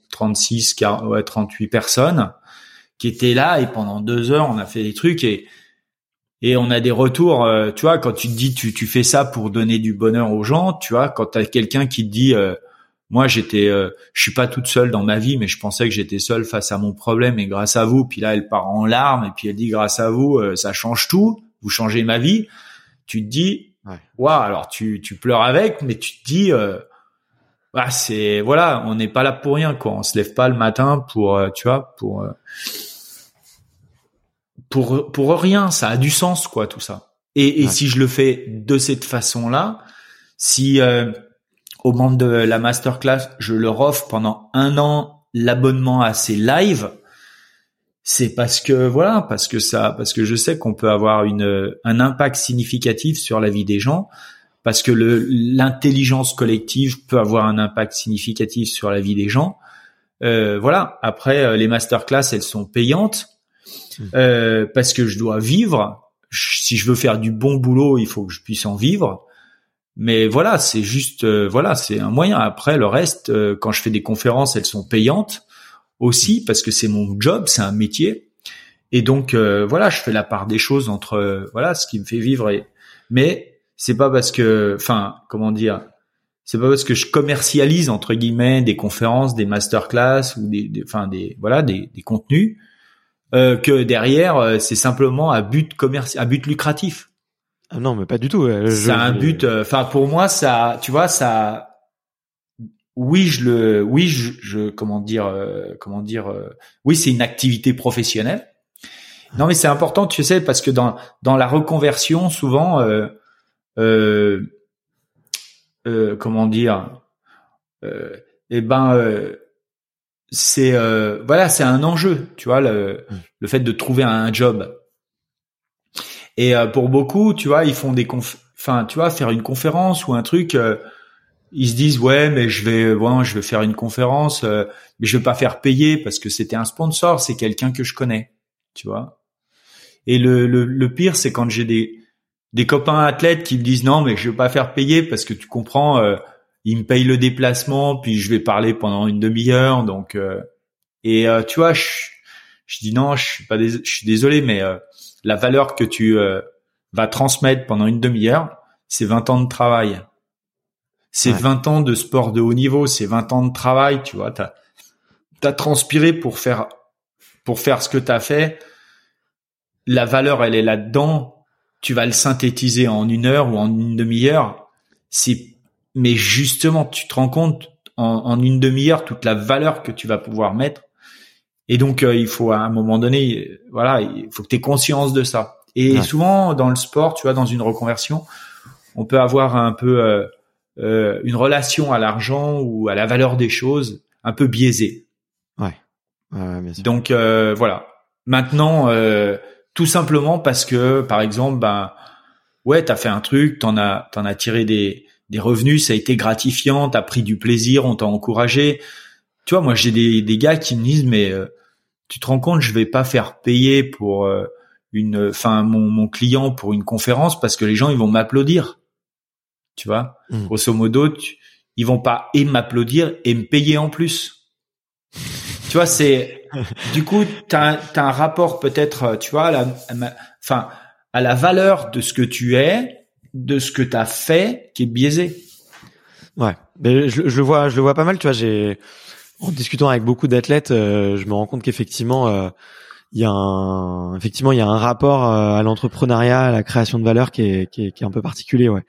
38 personnes qui étaient là et pendant 2 heures, on a fait des trucs et on a des retours, tu vois, quand tu te dis tu fais ça pour donner du bonheur aux gens, tu vois, quand t'as quelqu'un qui te dit moi je suis pas toute seule dans ma vie mais je pensais que j'étais seule face à mon problème et grâce à vous, puis là elle part en larmes et puis elle dit grâce à vous ça change tout, vous changez ma vie. Tu te dis waouh, alors tu pleures avec mais tu te dis c'est voilà, on n'est pas là pour rien quoi, on se lève pas le matin pour tu vois, pour rien, ça a du sens quoi tout ça. Et si je le fais de cette façon-là, si aux membres de la masterclass, je leur offre pendant 1 an l'abonnement à ces lives, c'est parce que je sais qu'on peut avoir un impact significatif sur la vie des gens, parce que l'intelligence collective peut avoir un impact significatif sur la vie des gens. Voilà. Après, les masterclass, elles sont payantes. Parce que je dois vivre. Si je veux faire du bon boulot, il faut que je puisse en vivre. Mais voilà, c'est juste, c'est un moyen. Après, le reste, quand je fais des conférences, elles sont payantes aussi parce que c'est mon job, c'est un métier. Et donc, je fais la part des choses entre, ce qui me fait vivre. Mais c'est pas parce que, c'est pas parce que je commercialise entre guillemets des conférences, des masterclass ou des contenus. Que derrière c'est simplement à but lucratif. Ah non, mais pas du tout. C'est un but. Pour moi, ça, tu vois, ça. oui, c'est une activité professionnelle. Non, mais c'est important, tu sais, parce que dans la reconversion, souvent, comment dire, c'est c'est un enjeu, tu vois, le fait de trouver un job. Et pour beaucoup, tu vois, ils font faire une conférence ou un truc, ils se disent ouais, mais je vais faire une conférence, mais je vais pas faire payer parce que c'était un sponsor, c'est quelqu'un que je connais, tu vois. Et le pire, c'est quand j'ai des copains athlètes qui me disent non, mais je vais pas faire payer parce que tu comprends, ils me payent le déplacement, puis je vais parler pendant une demi-heure, donc tu vois, je dis non, je suis désolé, mais la valeur que tu vas transmettre pendant une demi-heure, c'est 20 ans de travail. C'est 20 ans de sport de haut niveau, c'est 20 ans de travail, tu vois, t'as transpiré pour faire ce que t'as fait. La valeur, elle est là-dedans. Tu vas le synthétiser en une heure ou en une demi-heure. Mais justement, tu te rends compte en une demi-heure toute la valeur que tu vas pouvoir mettre. Et donc, il faut à un moment donné, voilà, il faut que tu aies conscience de ça. Et souvent, dans le sport, tu vois, dans une reconversion, on peut avoir un peu une relation à l'argent ou à la valeur des choses un peu biaisée. Bien sûr. Donc, voilà. Maintenant, tout simplement parce que, par exemple, t'as fait un truc, t'en as tiré des revenus, ça a été gratifiant, t'as pris du plaisir, on t'a encouragé. Tu vois, moi, j'ai des gars qui me disent, mais tu te rends compte, je vais pas faire payer pour mon client pour une conférence parce que les gens, ils vont m'applaudir. Tu vois, grosso modo, ils vont pas m'applaudir et me payer en plus. Tu vois, du coup, t'as un rapport peut-être, tu vois, à la valeur de ce que tu es, de ce que t'as fait, qui est biaisé. Ouais, mais je le vois pas mal, tu vois, en discutant avec beaucoup d'athlètes, je me rends compte qu'effectivement, il y a un rapport à l'entrepreneuriat, à la création de valeur qui est un peu particulier, ouais.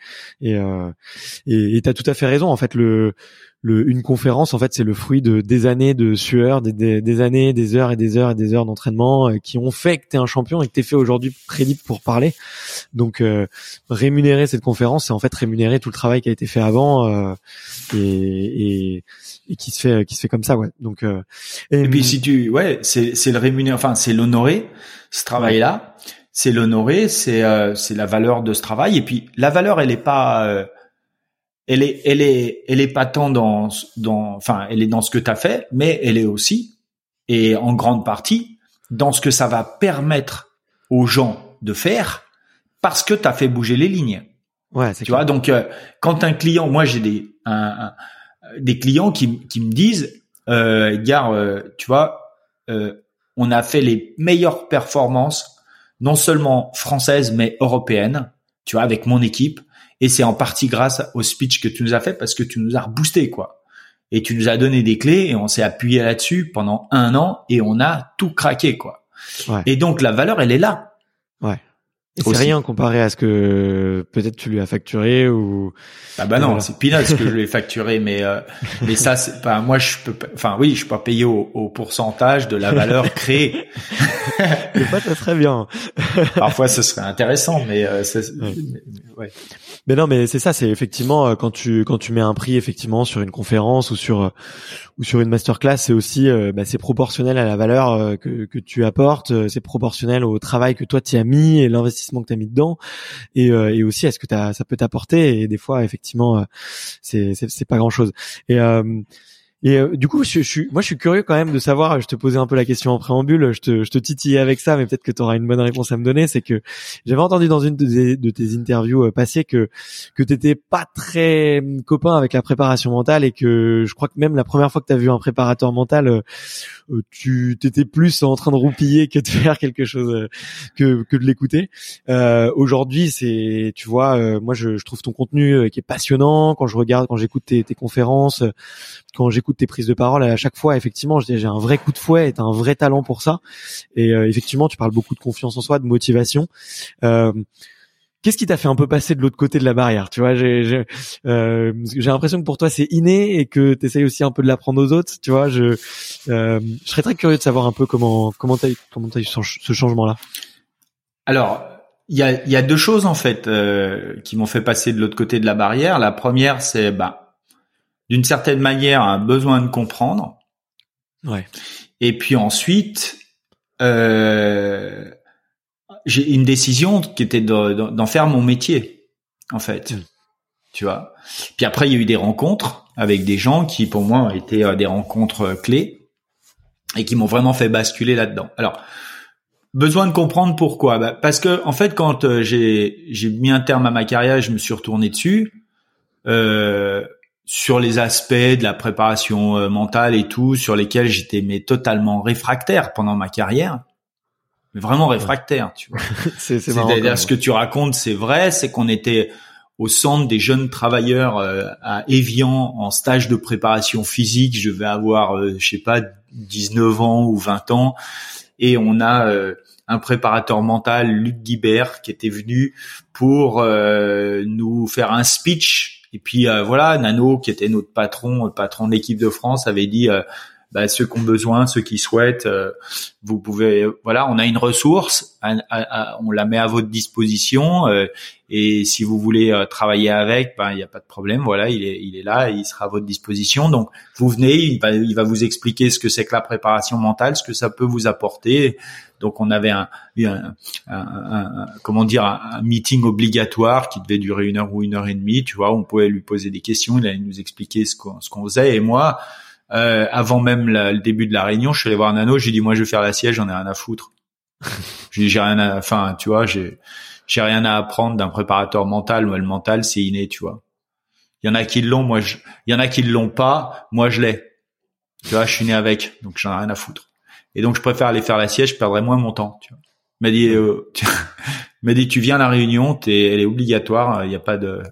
Et t'as tout à fait raison. En fait, une conférence, en fait, c'est le fruit de des années de sueur, des années, des heures et des heures et des heures d'entraînement qui ont fait que t'es un champion et que t'es fait aujourd'hui crédible pour parler. Donc, rémunérer cette conférence, c'est en fait rémunérer tout le travail qui a été fait avant et qui se fait comme ça, ouais. Donc et puis si c'est le rémunérer, enfin c'est l'honorer, ce travail-là, c'est l'honorer, c'est la valeur de ce travail. Et puis la valeur, elle est pas elle est pas tant elle est dans ce que t'as fait, mais elle est aussi, et en grande partie, dans ce que ça va permettre aux gens de faire parce que t'as fait bouger les lignes. Ouais, c'est tu vois, donc quand un client, moi j'ai des clients qui me disent gars, tu vois, on a fait les meilleures performances, non seulement françaises mais européennes, tu vois, avec mon équipe, et c'est en partie grâce au speech que tu nous as fait parce que tu nous as reboosté, quoi. Et tu nous as donné des clés et on s'est appuyé là-dessus pendant 1 an et on a tout craqué, quoi. Ouais. Et donc la valeur, elle est là. Ouais. Et c'est rien comparé à ce que peut-être tu lui as facturé ou. Ah bah non, voilà. C'est peanuts ce que je lui ai facturé, mais ça c'est pas, moi je peux pas payer au pourcentage de la valeur créée. Des fois ça serait bien. Parfois ce serait intéressant, mais ouais. Mais non, mais c'est ça, c'est effectivement quand tu mets un prix effectivement sur une conférence ou sur une masterclass, c'est aussi c'est proportionnel à la valeur que tu apportes, c'est proportionnel au travail que toi tu as mis et l'investissement que tu as mis dedans et aussi à ce que ça peut t'apporter, et des fois effectivement c'est pas grand-chose. Et du coup, je suis curieux quand même de savoir, je te posais un peu la question en préambule, je te titillais avec ça, mais peut-être que tu auras une bonne réponse à me donner. C'est que j'avais entendu dans une de tes interviews passées que t'étais pas très copain avec la préparation mentale, et que je crois que même la première fois que tu as vu un préparateur mental, tu t'étais plus en train de roupiller que de faire quelque chose, que de l'écouter. Aujourd'hui, tu vois, moi je trouve ton contenu qui est passionnant. Quand j'écoute tes conférences, quand j'écoute tes prises de parole, à chaque fois, effectivement, j'ai un vrai coup de fouet et t'as un vrai talent pour ça. Et effectivement, tu parles beaucoup de confiance en soi, de motivation. qu'est-ce qui t'a fait un peu passer de l'autre côté de la barrière? Tu vois, j'ai l'impression que pour toi c'est inné et que t'essayes aussi un peu de l'apprendre aux autres. Tu vois, je serais très curieux de savoir un peu comment t'as eu ce changement-là. Alors, il y a deux choses en fait qui m'ont fait passer de l'autre côté de la barrière. La première, c'est d'une certaine manière un besoin de comprendre. Ouais. Et puis ensuite, j'ai une décision qui était d'en faire mon métier, en fait. Tu vois. Puis après, il y a eu des rencontres avec des gens qui, pour moi, ont été des rencontres clés et qui m'ont vraiment fait basculer là-dedans. Alors, besoin de comprendre pourquoi. Parce que, en fait, quand j'ai mis un terme à ma carrière, je me suis retourné dessus. Sur les aspects de la préparation mentale et tout, sur lesquels j'étais totalement réfractaire pendant ma carrière, mais vraiment réfractaire, tu vois. c'est marrant. C'est-à-dire ce que tu racontes, c'est vrai, c'est qu'on était au centre des jeunes travailleurs à Évian en stage de préparation physique. Je devais avoir, 19 ans ou 20 ans, et on a un préparateur mental, Luc Guibert, qui était venu pour nous faire un speech. Et puis voilà, Nano, qui était notre patron, le patron de l'équipe de France, avait dit ceux qui ont besoin, ceux qui souhaitent, vous pouvez, voilà, on a une ressource, on la met à votre disposition, et si vous voulez travailler avec, il n'y a pas de problème, voilà, il est là, et il sera à votre disposition. Donc vous venez, il va vous expliquer ce que c'est que la préparation mentale, ce que ça peut vous apporter. Donc on avait un meeting obligatoire qui devait durer 1 heure ou 1 heure et demie, tu vois, on pouvait lui poser des questions, il allait nous expliquer ce qu'on faisait. Et moi, avant même le début de la réunion, je suis allé voir Nano, j'ai dit moi je vais faire la sieste, j'en ai rien à foutre. j'ai rien à apprendre d'un préparateur mental. Moi, le mental c'est inné, tu vois. Il y en a qui l'ont, il y en a qui l'ont pas, moi je l'ai. Tu vois, je suis né avec, donc j'en ai rien à foutre. Et donc je préfère aller faire la sieste, je perdrai moins mon temps, tu vois. Il m'a dit tu viens à la réunion, elle est obligatoire, il y a pas de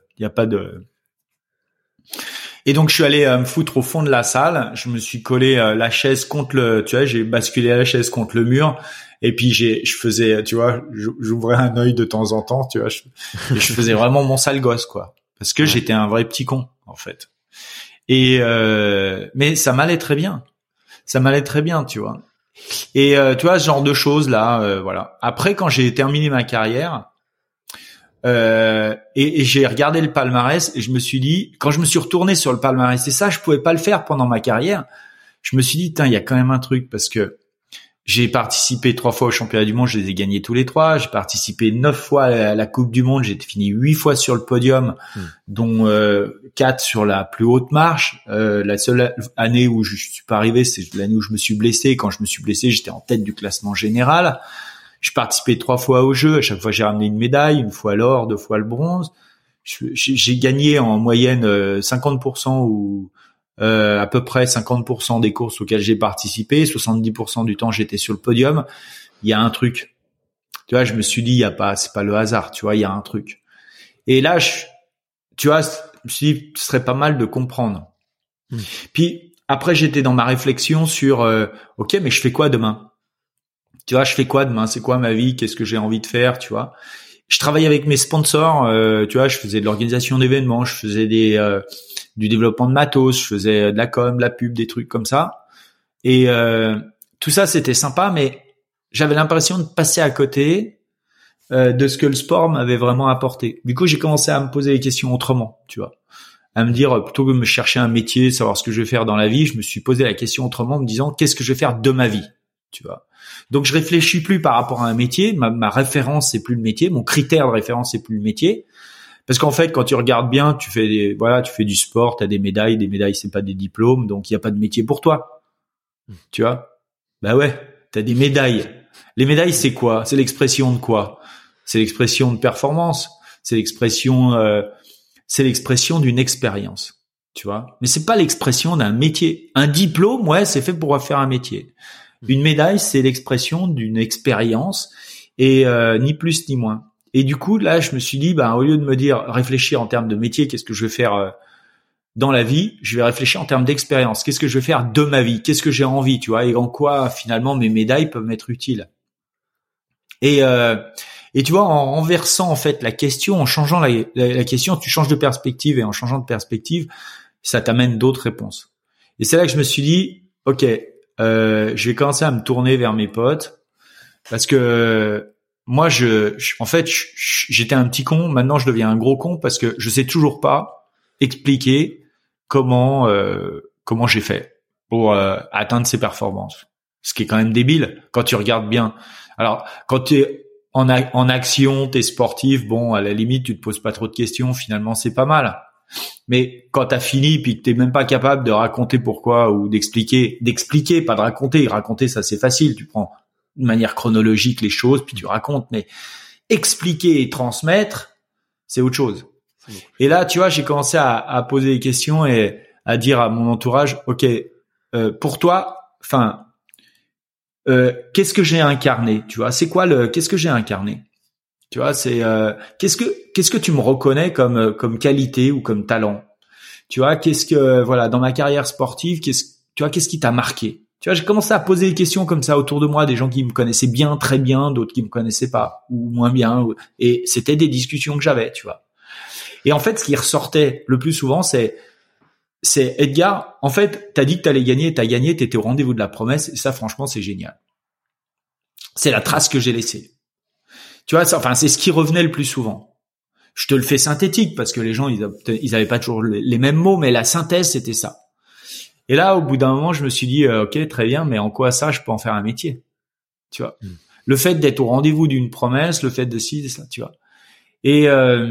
Et donc je suis allé me foutre au fond de la salle, je me suis collé la chaise contre j'ai basculé la chaise contre le mur, et puis je faisais, tu vois, j'ouvrais un œil de temps en temps, tu vois, je faisais vraiment mon sale gosse, quoi, parce que j'étais un vrai petit con, en fait. Et mais ça m'allait très bien, tu vois. Et tu vois, ce genre de choses là, voilà. Après, quand j'ai terminé ma carrière, et j'ai regardé le palmarès, et je me suis dit, quand je me suis retourné sur le palmarès, et ça je pouvais pas le faire pendant ma carrière, je me suis dit, il y a quand même un truc, parce que j'ai participé 3 fois aux championnats du monde, je les ai gagnés tous les 3, j'ai participé 9 fois à la Coupe du Monde, j'ai fini 8 fois sur le podium, dont 4 sur la plus haute marche. La seule année où je suis pas arrivé, c'est l'année où je me suis blessé. Quand je me suis blessé, j'étais en tête du classement général. J'ai participé 3 fois aux Jeux. À chaque fois, j'ai ramené une médaille, 1 fois l'or, 2 fois le bronze. J'ai gagné en moyenne 50% ou à peu près 50% des courses auxquelles j'ai participé. 70% du temps, j'étais sur le podium. Il y a un truc. Tu vois, je me suis dit, c'est pas le hasard. Tu vois, il y a un truc. Et là, tu vois, je me suis dit, ce serait pas mal de comprendre. Puis après, j'étais dans ma réflexion sur, ok, mais je fais quoi demain? Tu vois, je fais quoi demain? C'est quoi ma vie? Qu'est-ce que j'ai envie de faire? Tu vois, je travaillais avec mes sponsors. Tu vois, je faisais de l'organisation d'événements, je faisais du développement de matos, je faisais de la com, de la pub, des trucs comme ça. Et tout ça, c'était sympa, mais j'avais l'impression de passer à côté de ce que le sport m'avait vraiment apporté. Du coup, j'ai commencé à me poser les questions autrement, tu vois, à me dire, plutôt que de me chercher un métier, savoir ce que je vais faire dans la vie, je me suis posé la question autrement, en me disant, qu'est-ce que je vais faire de ma vie, tu vois. Donc, je réfléchis plus par rapport à un métier. Ma référence, c'est plus le métier. Mon critère de référence, c'est plus le métier. Parce qu'en fait, quand tu regardes bien, tu fais du sport, t'as des médailles. Des médailles, c'est pas des diplômes. Donc, il y a pas de métier pour toi. Tu vois? Bah ouais, t'as des médailles. Les médailles, c'est quoi? C'est l'expression de quoi? C'est l'expression de performance. C'est l'expression d'une expérience. Tu vois? Mais c'est pas l'expression d'un métier. Un diplôme, ouais, c'est fait pour faire un métier. Une médaille, c'est l'expression d'une expérience, et ni plus ni moins. Et du coup, là, je me suis dit, au lieu de me dire réfléchir en termes de métier, qu'est-ce que je vais faire dans la vie, je vais réfléchir en termes d'expérience. Qu'est-ce que je vais faire de ma vie? Qu'est-ce que j'ai envie, tu vois, et en quoi finalement mes médailles peuvent m'être utiles. Et Et tu vois, en renversant en fait la question, en changeant la question, tu changes de perspective et en changeant de perspective, ça t'amène d'autres réponses. Et c'est là que je me suis dit, ok, je vais commencer à me tourner vers mes potes parce que moi, en fait, j'étais un petit con. Maintenant, je deviens un gros con parce que je sais toujours pas expliquer comment j'ai fait pour atteindre ces performances. Ce qui est quand même débile quand tu regardes bien. Alors, quand tu es en action, t'es sportif, bon, à la limite, tu te poses pas trop de questions, finalement, c'est pas mal. Mais quand t'as fini, puis que t'es même pas capable de raconter pourquoi ou d'expliquer, pas de raconter, ça c'est facile, tu prends de manière chronologique les choses, puis tu racontes, mais expliquer et transmettre, c'est autre chose. Et là, tu vois, j'ai commencé à poser des questions et à dire à mon entourage, ok, pour toi, enfin, qu'est-ce que j'ai incarné, tu vois, qu'est-ce que j'ai incarné, tu vois, c'est qu'est-ce que tu me reconnais comme qualité ou comme talent, tu vois, voilà, dans ma carrière sportive, qu'est-ce qui t'a marqué, tu vois, j'ai commencé à poser des questions comme ça autour de moi, des gens qui me connaissaient bien, très bien, d'autres qui me connaissaient pas ou moins bien, et c'était des discussions que j'avais, tu vois. Et en fait, ce qui ressortait le plus souvent, c'est Edgar, en fait, t'as dit que t'allais gagner, t'as gagné, t'étais au rendez-vous de la promesse, et ça, franchement, c'est génial. C'est la trace que j'ai laissée. Tu vois, c'est ce qui revenait le plus souvent. Je te le fais synthétique, parce que les gens, ils avaient pas toujours les mêmes mots, mais la synthèse, c'était ça. Et là, au bout d'un moment, je me suis dit, ok, très bien, mais en quoi ça, je peux en faire un métier? Tu vois. Le fait d'être au rendez-vous d'une promesse, le fait de ci, ça, tu vois. Et,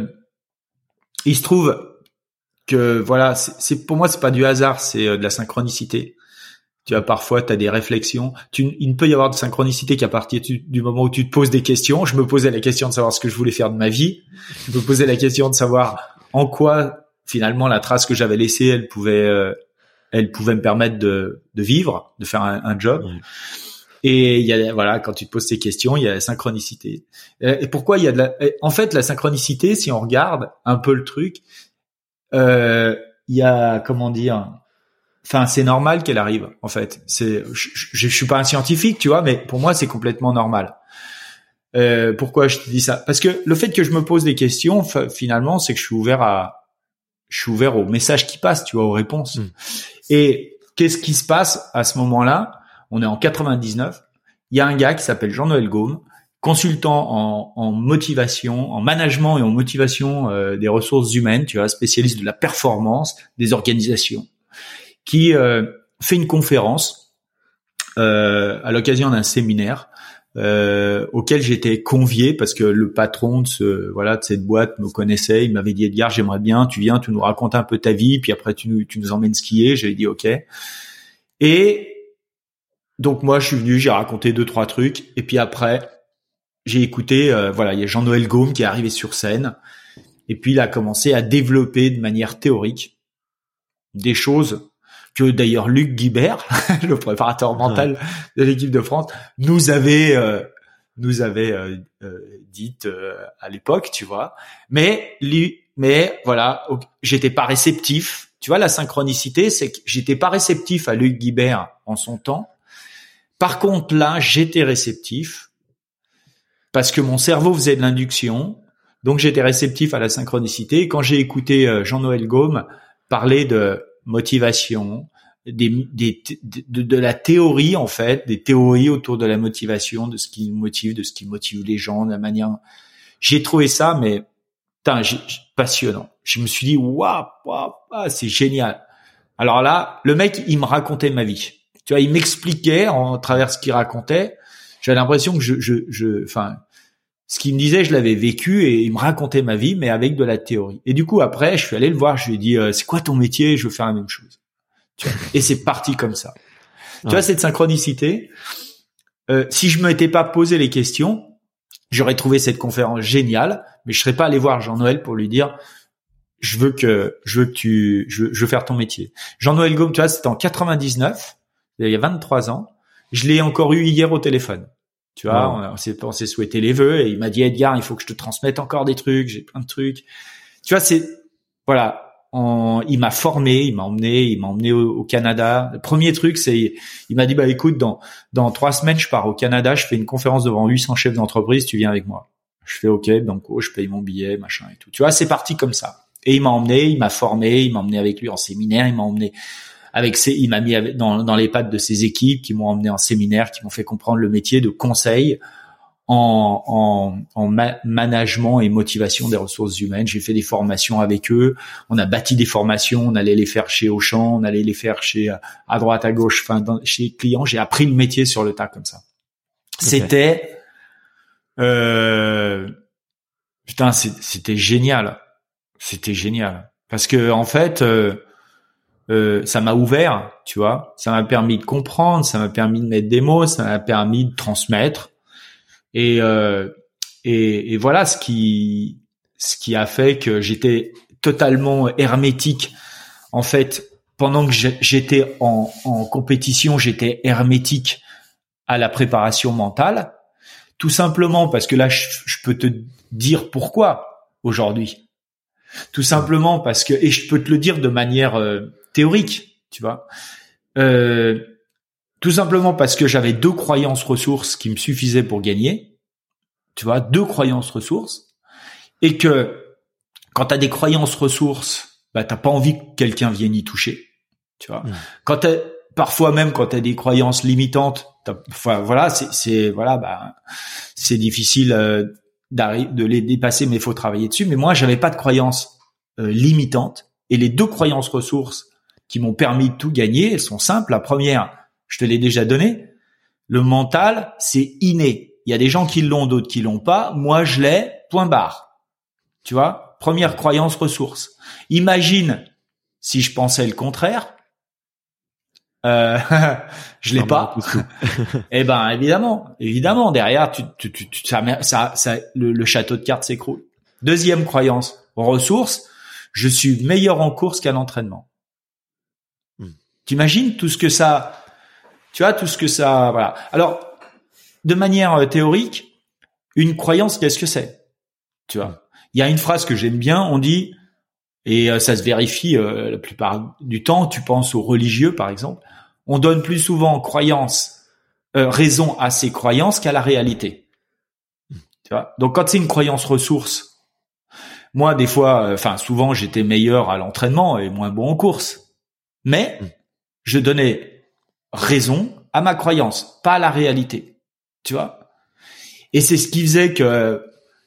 il se trouve que voilà, pour moi c'est pas du hasard, c'est de la synchronicité. Tu vois, parfois tu as des réflexions. Il ne peut y avoir de synchronicité qu'à partir du moment où tu te poses des questions. Je me posais la question de savoir ce que je voulais faire de ma vie. Je me posais la question de savoir en quoi finalement la trace que j'avais laissée, elle pouvait me permettre de vivre, de faire un job. Oui. Et il y a, voilà, quand tu te poses ces questions, il y a la synchronicité. Et pourquoi il y a en fait, la synchronicité, si on regarde un peu le truc, il y a, comment dire, enfin, c'est normal qu'elle arrive, en fait. Je suis pas un scientifique, tu vois, mais pour moi, c'est complètement normal. Pourquoi je te dis ça? Parce que le fait que je me pose des questions, finalement, c'est que je suis ouvert aux messages qui passent, tu vois, aux réponses. Et qu'est-ce qui se passe à ce moment-là? On est en 99. Il y a un gars qui s'appelle Jean-Noël Gaume, consultant en motivation, en management et en motivation des ressources humaines, tu vois, spécialiste de la performance des organisations, qui fait une conférence à l'occasion d'un séminaire auquel j'étais convié parce que le patron de cette boîte me connaissait. Il m'avait dit, Edgar, j'aimerais bien, tu viens, tu nous racontes un peu ta vie, puis après tu nous emmènes skier. J'avais dit ok. Et donc moi je suis venu, j'ai raconté 2-3 trucs, et puis après j'ai écouté, il y a Jean-Noël Gaume qui est arrivé sur scène, et puis il a commencé à développer de manière théorique des choses que d'ailleurs Luc Guibert, le préparateur mental de l'équipe de France, nous avait dites à l'époque, tu vois. Mais voilà, j'étais pas réceptif. Tu vois, la synchronicité, c'est que j'étais pas réceptif à Luc Guibert en son temps. Par contre, là, j'étais réceptif parce que mon cerveau faisait de l'induction, donc j'étais réceptif à la synchronicité. Et quand j'ai écouté Jean-Noël Gaume parler de motivation, de la théorie, en fait, des théories autour de la motivation, de ce qui nous motive, de ce qui motive les gens, de la manière, j'ai trouvé ça, mais passionnant. Je me suis dit, waouh, c'est génial. Alors là, le mec, il me racontait ma vie. Tu vois, il m'expliquait en travers ce qu'il racontait. J'avais l'impression que ce qu'il me disait, je l'avais vécu, et il me racontait ma vie, mais avec de la théorie. Et du coup, après, je suis allé le voir, je lui ai dit, c'est quoi ton métier? Je veux faire la même chose. Tu vois, et c'est parti comme ça. Tu vois, cette synchronicité, si je m'étais pas posé les questions, j'aurais trouvé cette conférence géniale, mais je serais pas allé voir Jean-Noël pour lui dire, je veux faire ton métier. Jean-Noël Gaume, tu vois, c'était en 99, il y a 23 ans. Je l'ai encore eu hier au téléphone. Tu vois, on s'est souhaité les vœux, et il m'a dit, Edgar, il faut que je te transmette encore des trucs, j'ai plein de trucs. Tu vois, il m'a formé, il m'a emmené au Canada. Le premier truc, il m'a dit, écoute, dans 3 semaines, je pars au Canada, je fais une conférence devant 800 chefs d'entreprise, tu viens avec moi. Je fais OK, banco, je paye mon billet, machin et tout. Tu vois, c'est parti comme ça. Et il m'a emmené, il m'a formé, il m'a emmené avec lui en séminaire, il m'a emmené il m'a mis dans les pattes de ses équipes qui m'ont emmené en séminaire, qui m'ont fait comprendre le métier de conseil en management et motivation des ressources humaines. J'ai fait des formations avec eux. On a bâti des formations. On allait les faire chez Auchan, on allait les faire chez à droite, à gauche, chez clients. J'ai appris le métier sur le tas comme ça. Okay. C'était génial. C'était génial parce que en fait, ça m'a ouvert, tu vois. Ça m'a permis de comprendre, ça m'a permis de mettre des mots, ça m'a permis de transmettre. Et voilà ce qui a fait que j'étais totalement hermétique. En fait, pendant que j'étais en compétition, j'étais hermétique à la préparation mentale. Tout simplement parce que là, je peux te dire pourquoi aujourd'hui. Tout simplement parce que, et je peux te le dire de manière théorique, tu vois. Tout simplement parce que j'avais 2 croyances ressources qui me suffisaient pour gagner. Tu vois, 2 croyances ressources. Et que quand t'as des croyances ressources, bah t'as pas envie que quelqu'un vienne y toucher. Tu vois. Parfois même quand t'as des croyances limitantes, c'est difficile de les dépasser, mais il faut travailler dessus. Mais moi, j'avais pas de croyances limitantes. Et les 2 croyances ressources qui m'ont permis de tout gagner, elles sont simples. La première, je te l'ai déjà donnée. Le mental, c'est inné. Il y a des gens qui l'ont, d'autres qui l'ont pas. Moi, je l'ai, point barre. Tu vois? Première croyance ressource. Imagine si je pensais le contraire. Je l'ai pas. Eh ben, évidemment, derrière, le château de cartes s'écroule. Deuxième croyance ressource. Je suis meilleur en course qu'à l'entraînement. T'imagines tout ce que ça, voilà. Alors, de manière théorique, une croyance, qu'est-ce que c'est? Tu vois, il y a une phrase que j'aime bien, on dit, et ça se vérifie la plupart du temps, tu penses aux religieux par exemple, on donne plus souvent raison à ses croyances qu'à la réalité. Tu vois, donc quand c'est une croyance ressource, moi des fois, souvent j'étais meilleur à l'entraînement et moins bon en course, mais je donnais raison à ma croyance, pas à la réalité. Tu vois, et c'est ce qui faisait que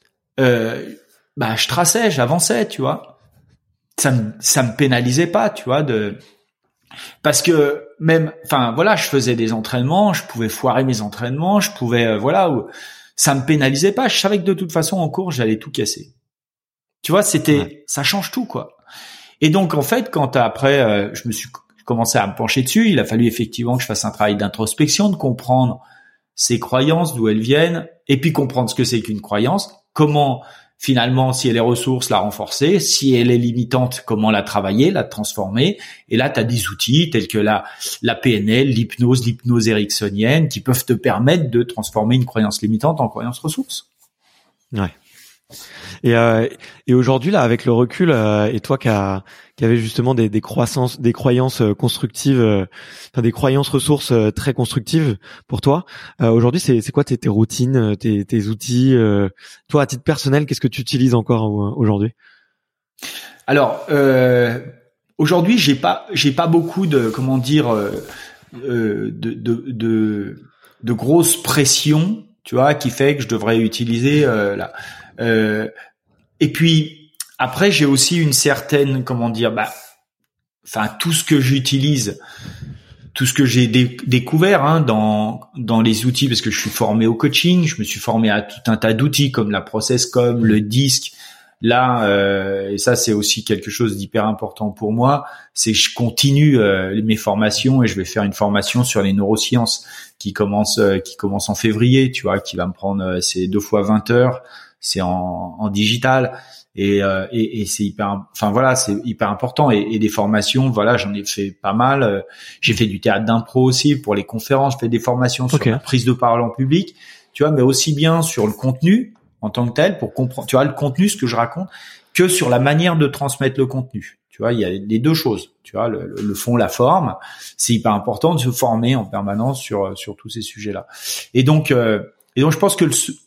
je traçais, j'avançais, tu vois. Ça me pénalisait pas, tu vois, parce que même, je faisais des entraînements, je pouvais foirer mes entraînements, je pouvais, ça me pénalisait pas. Je savais que de toute façon en cours j'allais tout casser. Tu vois, ça change tout, quoi. Et donc en fait, quand après, je me suis commencé à me pencher dessus, il a fallu effectivement que je fasse un travail d'introspection, de comprendre ses croyances, d'où elles viennent, et puis comprendre ce que c'est qu'une croyance, comment finalement, si elle est ressource, la renforcer, si elle est limitante, comment la travailler, la transformer. Et là, tu as des outils tels que la PNL, l'hypnose ericksonienne, qui peuvent te permettre de transformer une croyance limitante en croyance ressource. Ouais. Et aujourd'hui là, avec le recul, et toi qui avait justement des croyances constructives, des croyances ressources très constructives pour toi, aujourd'hui c'est quoi tes routines, tes outils, toi à titre personnel, qu'est-ce que tu utilises encore aujourd'hui? Alors aujourd'hui j'ai pas beaucoup de de grosses pressions, tu vois, qui fait que je devrais utiliser là. Et puis après j'ai aussi une certaine tout ce que j'utilise, tout ce que j'ai découvert dans les outils, parce que je suis formé au coaching, je me suis formé à tout un tas d'outils comme la ProcessCom, le DISC. Là, et ça c'est aussi quelque chose d'hyper important pour moi, c'est que je continue mes formations et je vais faire une formation sur les neurosciences qui commence en février, tu vois, qui va me prendre c'est 2 fois 20 heures. C'est en digital et c'est hyper, c'est hyper important et des formations, j'en ai fait pas mal. J'ai fait du théâtre d'impro aussi pour les conférences. Je fais des formations sur la prise de parole en public, tu vois, mais aussi bien sur le contenu en tant que tel pour comprendre, tu vois, le contenu, ce que je raconte, que sur la manière de transmettre le contenu. Tu vois, il y a les 2 choses. Tu vois, le fond, la forme. C'est hyper important de se former en permanence sur tous ces sujets-là. Et donc je pense que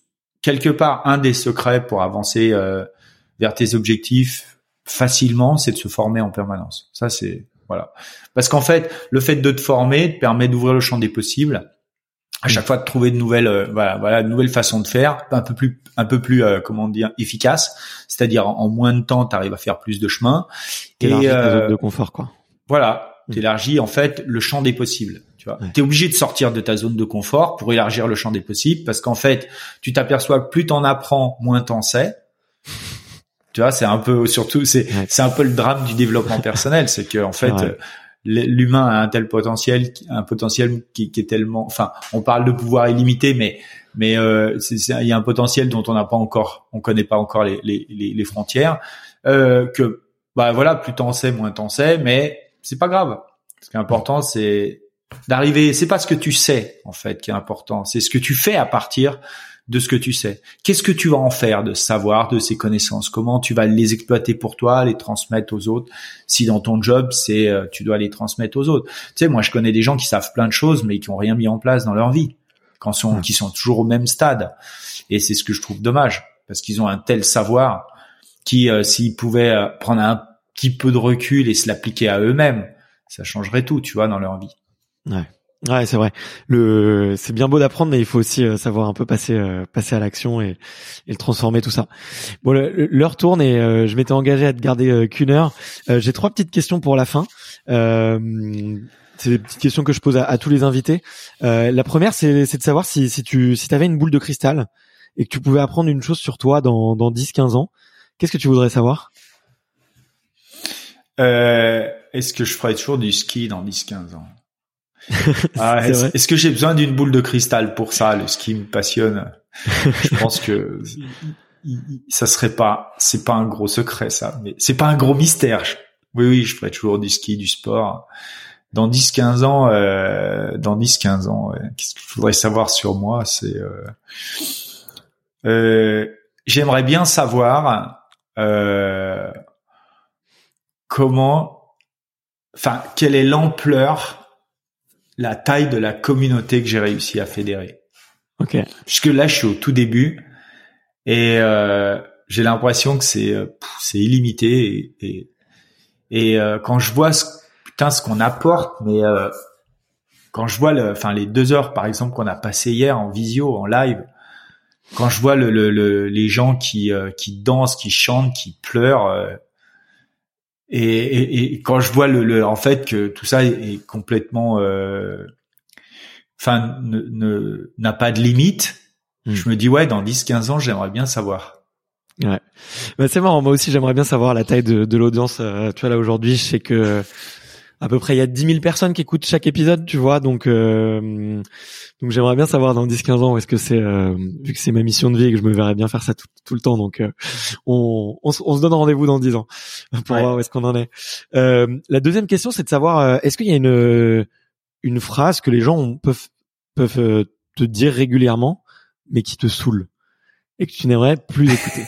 quelque part, un des secrets pour avancer vers tes objectifs facilement, c'est de se former en permanence. Ça, c'est voilà. Parce qu'en fait, le fait de te former te permet d'ouvrir le champ des possibles. À chaque fois, de trouver de nouvelles, de nouvelles façons de faire, un peu plus, comment dire, efficaces. C'est-à-dire, en moins de temps, tu arrives à faire plus de chemin. T'élargis ta zone de confort, quoi. Voilà. T'élargis, en fait, le champ des possibles. Tu vois. T'es obligé de sortir de ta zone de confort pour élargir le champ des possibles, parce qu'en fait, tu t'aperçois que plus t'en apprends, moins t'en sais. Tu vois, c'est un peu, surtout, c'est un peu le drame du développement personnel, c'est que, en fait, l'humain a un potentiel qui est tellement, enfin, on parle de pouvoir illimité, mais il y a un potentiel dont on connaît pas encore les frontières, que, plus t'en sais, moins t'en sais, mais c'est pas grave. Ce qui est important, c'est d'arriver, c'est pas ce que tu sais, en fait, qui est important, c'est ce que tu fais à partir de ce que tu sais. Qu'est-ce que tu vas en faire de ce savoir, de ces connaissances? Comment tu vas les exploiter pour toi, les transmettre aux autres? Si dans ton job, tu dois les transmettre aux autres. Tu sais, moi, je connais des gens qui savent plein de choses, mais qui ont rien mis en place dans leur vie, qui sont toujours au même stade. Et c'est ce que je trouve dommage, parce qu'ils ont un tel savoir qui, s'ils pouvaient prendre un petit peu de recul et se l'appliquer à eux-mêmes, ça changerait tout, tu vois, dans leur vie. Ouais, c'est vrai. C'est bien beau d'apprendre, mais il faut aussi savoir un peu passer à l'action et le transformer, tout ça. Bon, l'heure tourne et je m'étais engagé à te garder qu'une heure. J'ai 3 petites questions pour la fin. C'est des petites questions que je pose à tous les invités. La première, c'est de savoir si t'avais une boule de cristal et que tu pouvais apprendre une chose sur toi dans 10-15 ans. Qu'est-ce que tu voudrais savoir? Est-ce que je ferais toujours du ski dans 10-15 ans? Est-ce que j'ai besoin d'une boule de cristal pour ça? Le ski me passionne. Je pense que c'est pas un gros secret, ça, mais c'est pas un gros mystère. Oui, je ferai toujours du ski, du sport. Dans 10-15 ans, qu'est-ce que je voudrais savoir sur moi? C'est, j'aimerais bien savoir, quelle est l'ampleur, la taille de la communauté que j'ai réussi à fédérer. Ok. Puisque là, je suis au tout début et j'ai l'impression que c'est illimité et quand je vois ce qu'on apporte, mais quand je vois les 2 heures par exemple qu'on a passé hier en visio, en live, quand je vois les gens qui dansent, qui chantent, qui pleurent. Et quand je vois en fait que tout ça est complètement, n'a pas de limite, je me dis dans 10-15 ans, j'aimerais bien savoir. Ouais. C'est marrant. Moi aussi, j'aimerais bien savoir la taille de l'audience. Tu vois, là, aujourd'hui, je sais que à peu près il y a 10 000 personnes qui écoutent chaque épisode, tu vois, donc j'aimerais bien savoir dans 10-15 ans où est-ce que c'est, vu que c'est ma mission de vie et que je me verrais bien faire ça tout le temps, donc on se donne rendez-vous dans 10 ans pour voir où est-ce qu'on en est. La deuxième question, c'est de savoir est-ce qu'il y a une phrase que les gens peuvent te dire régulièrement mais qui te saoule et que tu n'aimerais plus écouter?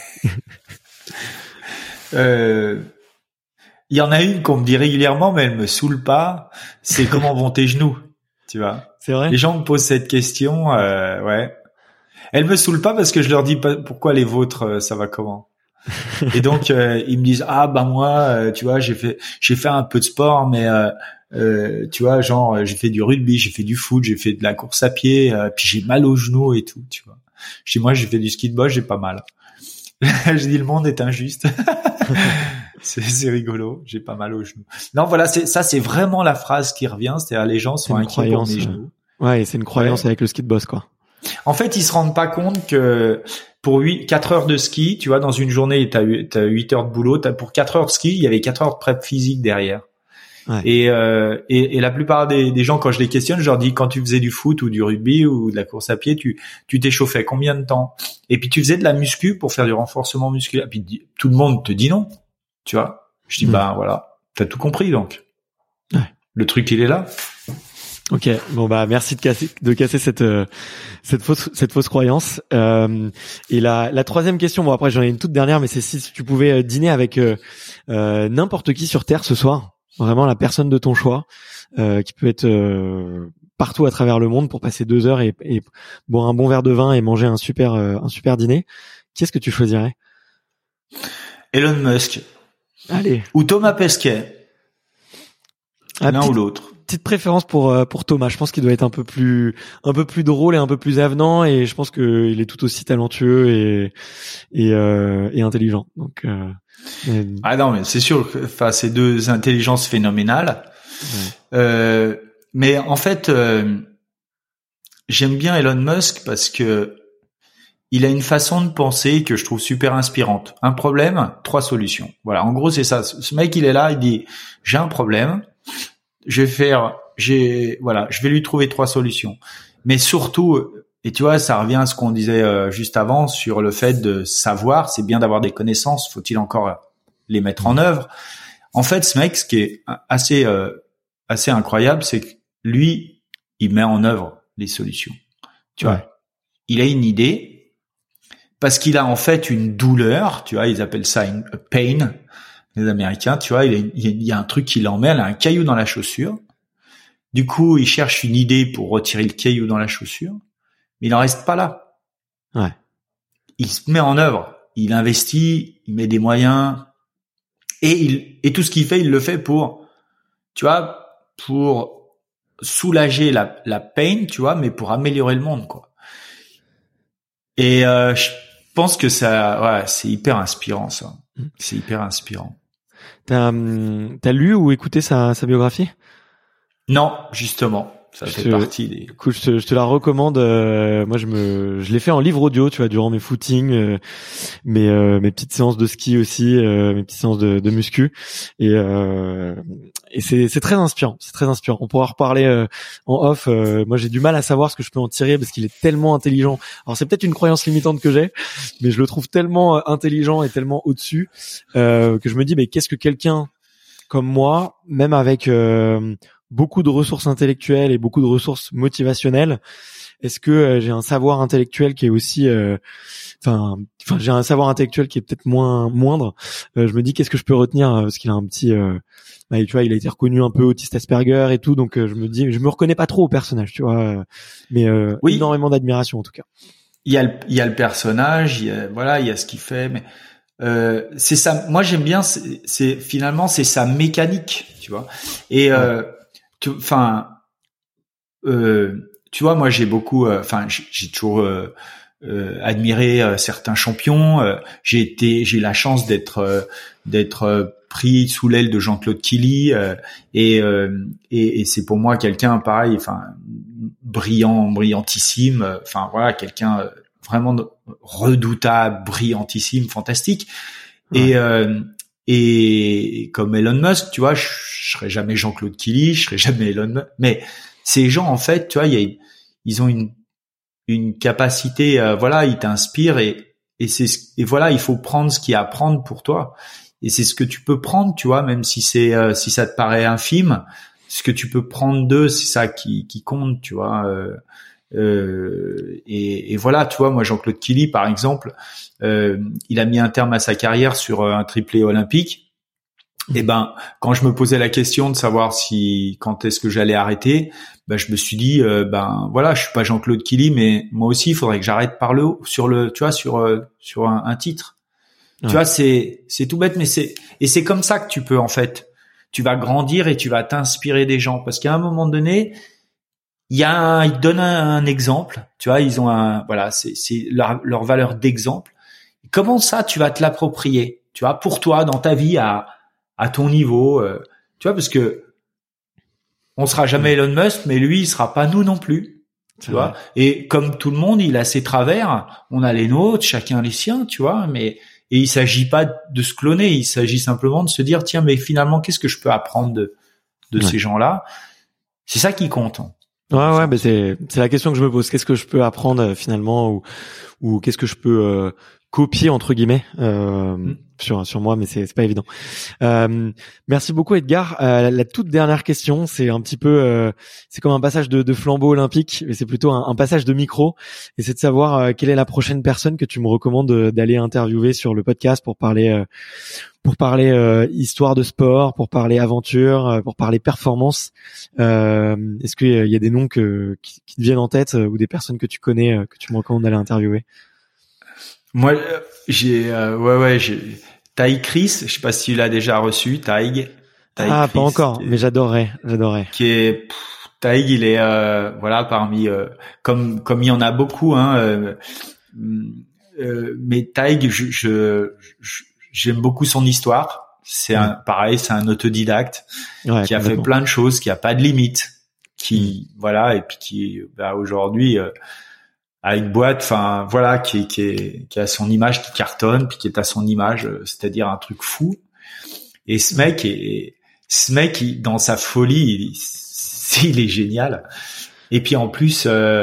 Il y en a une qu'on me dit régulièrement, mais elle me saoule pas. C'est comment vont tes genoux, tu vois. C'est vrai. Les gens me posent cette question, Elle me saoule pas parce que je leur dis pas pourquoi les vôtres, ça va comment. Et donc ils me disent moi, tu vois, j'ai fait un peu de sport, mais tu vois, genre j'ai fait du rugby, j'ai fait du foot, j'ai fait de la course à pied, puis j'ai mal aux genoux et tout, tu vois. Je dis moi j'ai fait du ski de boss, j'ai pas mal. Je dis le monde est injuste. C'est rigolo, j'ai pas mal aux genoux. Non, voilà, c'est vraiment la phrase qui revient, c'est-à-dire les gens sont inquiets pour mes genoux. Ouais, c'est une croyance avec le ski de boss, quoi. En fait, ils se rendent pas compte que pour 4 heures de ski, tu vois, dans une journée, t'as 8 heures de boulot, pour 4 heures de ski, il y avait 4 heures de prep physique derrière. Ouais. Et la plupart des gens, quand je les questionne, je leur dis, quand tu faisais du foot ou du rugby ou de la course à pied, tu t'échauffais combien de temps? Et puis tu faisais de la muscu pour faire du renforcement musculaire. Puis tout le monde te dit non, tu vois. Je dis, voilà, t'as tout compris, donc. Ouais. Le truc, il est là. Ok, bon merci de casser cette fausse croyance. Et la troisième question, bon après j'en ai une toute dernière, mais c'est si tu pouvais dîner avec n'importe qui sur Terre ce soir, vraiment la personne de ton choix, qui peut être partout à travers le monde pour passer 2 heures et boire un bon verre de vin et manger un super dîner. Qui est-ce que tu choisirais? Elon Musk. Allez. Ou Thomas Pesquet. L'un ou l'autre. Petite préférence pour Thomas. Je pense qu'il doit être un peu plus drôle et un peu plus avenant, et je pense que il est tout aussi talentueux et intelligent. Donc ah non, mais c'est sûr que c'est deux intelligences phénoménales. Ouais. Mais en fait j'aime bien Elon Musk parce que il a une façon de penser que je trouve super inspirante. Un problème, 3 solutions. Voilà, en gros c'est ça. Ce mec il est là, il dit j'ai un problème, je vais lui trouver 3 solutions. Mais surtout, et tu vois, ça revient à ce qu'on disait juste avant sur le fait de savoir, c'est bien d'avoir des connaissances, faut-il encore les mettre en œuvre. En fait, ce mec, ce qui est assez incroyable, c'est que lui, il met en œuvre les solutions. Tu vois, il a une idée parce qu'il a en fait une douleur, tu vois, ils appellent ça une pain. Les Américains, tu vois, il y a un truc qui l'emmerde, un caillou dans la chaussure. Du coup, il cherche une idée pour retirer le caillou dans la chaussure, mais il n'en reste pas là. Ouais. Il se met en œuvre, il investit, il met des moyens, et tout ce qu'il fait, il le fait pour, tu vois, pour soulager la peine, tu vois, mais pour améliorer le monde, quoi. Et je pense que ça, c'est hyper inspirant, ça. C'est hyper inspirant. T'as lu ou écouté sa biographie? Non, justement. Ça fait partie des... Écoute, je te la recommande. Moi, je l'ai fait en livre audio, tu vois, durant mes footings, mes petites séances de ski aussi, mes petites séances de muscu. Et c'est très inspirant. C'est très inspirant. On pourra reparler en off. Moi, j'ai du mal à savoir ce que je peux en tirer parce qu'il est tellement intelligent. Alors, c'est peut-être une croyance limitante que j'ai, mais je le trouve tellement intelligent et tellement au-dessus que je me dis, mais qu'est-ce que quelqu'un comme moi, même avec beaucoup de ressources intellectuelles et beaucoup de ressources motivationnelles, est-ce que j'ai un savoir intellectuel qui est aussi j'ai un savoir intellectuel qui est peut-être moindre. Je me dis qu'est-ce que je peux retenir parce qu'il a un petit tu vois, il a été reconnu un peu autiste Asperger et tout, donc je me dis je me reconnais pas trop au personnage, tu vois, mais oui, énormément d'admiration en tout cas. Il y a le personnage, il y a ce qu'il fait, mais c'est ça. Moi j'aime bien, c'est finalement c'est sa mécanique, tu vois. Et tu vois, moi j'ai beaucoup, j'ai toujours admiré certains champions. J'ai eu la chance d'être pris sous l'aile de Jean-Claude Killy, et c'est pour moi quelqu'un pareil, brillantissime. Quelqu'un vraiment redoutable, brillantissime, fantastique. Ouais. Et comme Elon Musk, tu vois, je serai jamais Jean-Claude Killy, je serai jamais Elon Musk, mais ces gens, en fait, tu vois, ils ont une capacité, ils t'inspirent et voilà, il faut prendre ce qu'il y a à prendre pour toi. Et c'est ce que tu peux prendre, tu vois, même si si ça te paraît infime, ce que tu peux prendre d'eux, c'est ça qui compte, tu vois. Et voilà, tu vois, moi Jean-Claude Killy par exemple, il a mis un terme à sa carrière sur un triplé olympique. Et quand je me posais la question de savoir quand est-ce que j'allais arrêter, je me suis dit je suis pas Jean-Claude Killy, mais moi aussi il faudrait que j'arrête par le haut sur un titre. Ouais. Tu vois, c'est tout bête, mais c'est comme ça que tu peux, en fait, tu vas grandir et tu vas t'inspirer des gens, parce qu'à un moment donné, ils donnent un exemple, tu vois, ils ont c'est leur valeur d'exemple. Comment ça, tu vas te l'approprier, tu vois, pour toi, dans ta vie, à ton niveau, tu vois, parce que on sera jamais Elon Musk, mais lui, il sera pas nous non plus, tu vois. Et comme tout le monde, il a ses travers, on a les nôtres, chacun les siens, tu vois, et il s'agit pas de se cloner, il s'agit simplement de se dire, tiens, mais finalement, qu'est-ce que je peux apprendre de ces gens-là? C'est ça qui compte. Ouais, mais c'est la question que je me pose. Qu'est-ce que je peux apprendre finalement, ou qu'est-ce que je peux copier entre guillemets sur moi, mais c'est pas évident. Merci beaucoup Edgar. La toute dernière question, c'est un petit peu c'est comme un passage de flambeau olympique, mais c'est plutôt un passage de micro, et c'est de savoir quelle est la prochaine personne que tu me recommandes d'aller interviewer sur le podcast pour parler histoire de sport, pour parler aventure, pour parler performance. Est-ce qu'il y a des noms qui te viennent en tête, ou des personnes que tu connais que tu me recommandes d'aller interviewer? Moi, j'ai Taïg Chris, je sais pas si tu l'as déjà reçu, Taïg. Ah, pas encore, mais j'adorerais. Taïg, il est parmi comme il y en a beaucoup mais Taïg, j'aime beaucoup son histoire. C'est c'est un autodidacte qui a fait plein de choses, qui a pas de limite, et puis qui aujourd'hui à une boîte, qui a son image qui cartonne, puis qui est à son image, c'est-à-dire un truc fou. Et ce mec, dans sa folie, il est génial. Et puis en plus,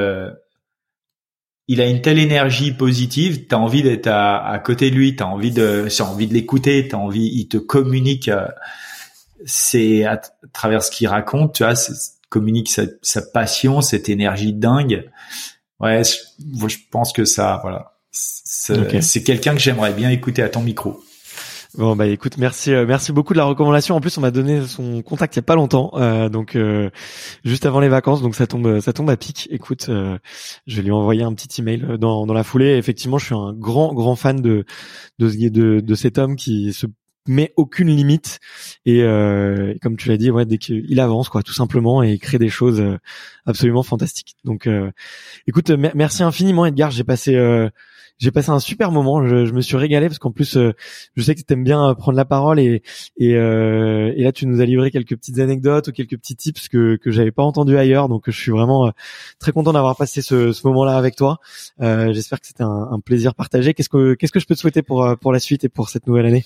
il a une telle énergie positive, t'as envie d'être à côté de lui, t'as envie de l'écouter, il te communique, c'est à travers ce qu'il raconte, tu vois, communique sa passion, cette énergie dingue. Ouais, je pense que c'est quelqu'un que j'aimerais bien écouter à ton micro. Bon écoute, merci beaucoup de la recommandation. En plus, on m'a donné son contact il y a pas longtemps, donc juste avant les vacances, donc ça tombe à pic. Écoute, je vais lui envoyer un petit email dans la foulée. Effectivement, je suis un grand fan de cet homme qui se met aucune limite, et comme tu l'as dit, dès qu'il avance, tout simplement, et il crée des choses absolument fantastiques. Donc écoute, merci infiniment Edgar, j'ai passé un super moment, je me suis régalé, parce qu'en plus je sais que tu aimes bien prendre la parole, et là tu nous as livré quelques petites anecdotes ou quelques petits tips que j'avais pas entendu ailleurs, donc je suis vraiment très content d'avoir passé ce moment-là avec toi. J'espère que c'était un plaisir partagé. Qu'est-ce que je peux te souhaiter pour la suite et pour cette nouvelle année?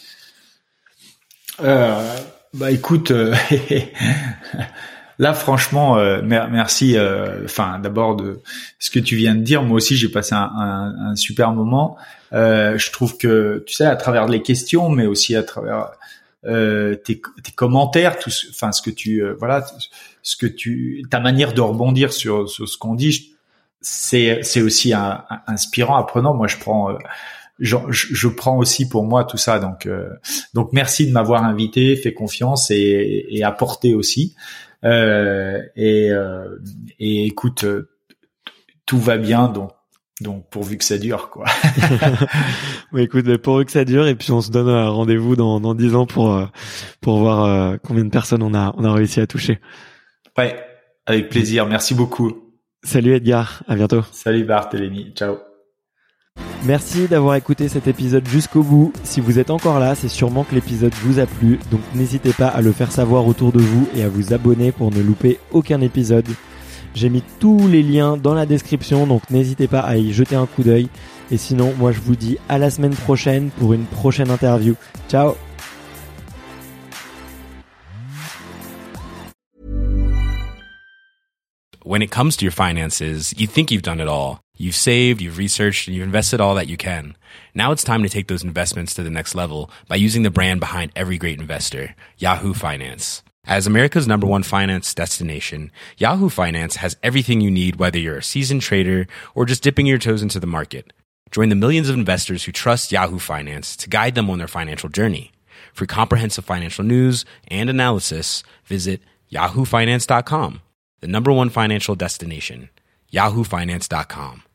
Écoute, là franchement, merci. D'abord de ce que tu viens de dire. Moi aussi, j'ai passé un super moment. Je trouve que, tu sais, à travers les questions, mais aussi à travers tes commentaires, ta manière de rebondir sur ce qu'on dit, c'est aussi inspirant, apprenant. Moi, je prends aussi pour moi tout ça, donc merci de m'avoir invité, fait confiance et apporté aussi, et écoute, tout va bien, donc pourvu que ça dure, quoi. Écoute, pourvu que ça dure, et puis on se donne un rendez-vous dans 10 ans pour voir combien de personnes on a réussi à toucher. Ouais, avec plaisir, merci beaucoup. Salut Edgar, à bientôt. Salut Barthélémy, ciao. Merci d'avoir écouté cet épisode jusqu'au bout. Si vous êtes encore là, c'est sûrement que l'épisode vous a plu, donc n'hésitez pas à le faire savoir autour de vous et à vous abonner pour ne louper aucun épisode. J'ai mis tous les liens dans la description, donc n'hésitez pas à y jeter un coup d'œil. Et sinon, moi je vous dis à la semaine prochaine pour une prochaine interview. Ciao! When it comes to your finances, you think you've done it all. You've saved, you've researched, and you've invested all that you can. Now it's time to take those investments to the next level by using the brand behind every great investor, Yahoo Finance. As America's #1 finance destination, Yahoo Finance has everything you need, whether you're a seasoned trader or just dipping your toes into the market. Join the millions of investors who trust Yahoo Finance to guide them on their financial journey. For comprehensive financial news and analysis, visit yahoofinance.com. The #1 financial destination, yahoofinance.com.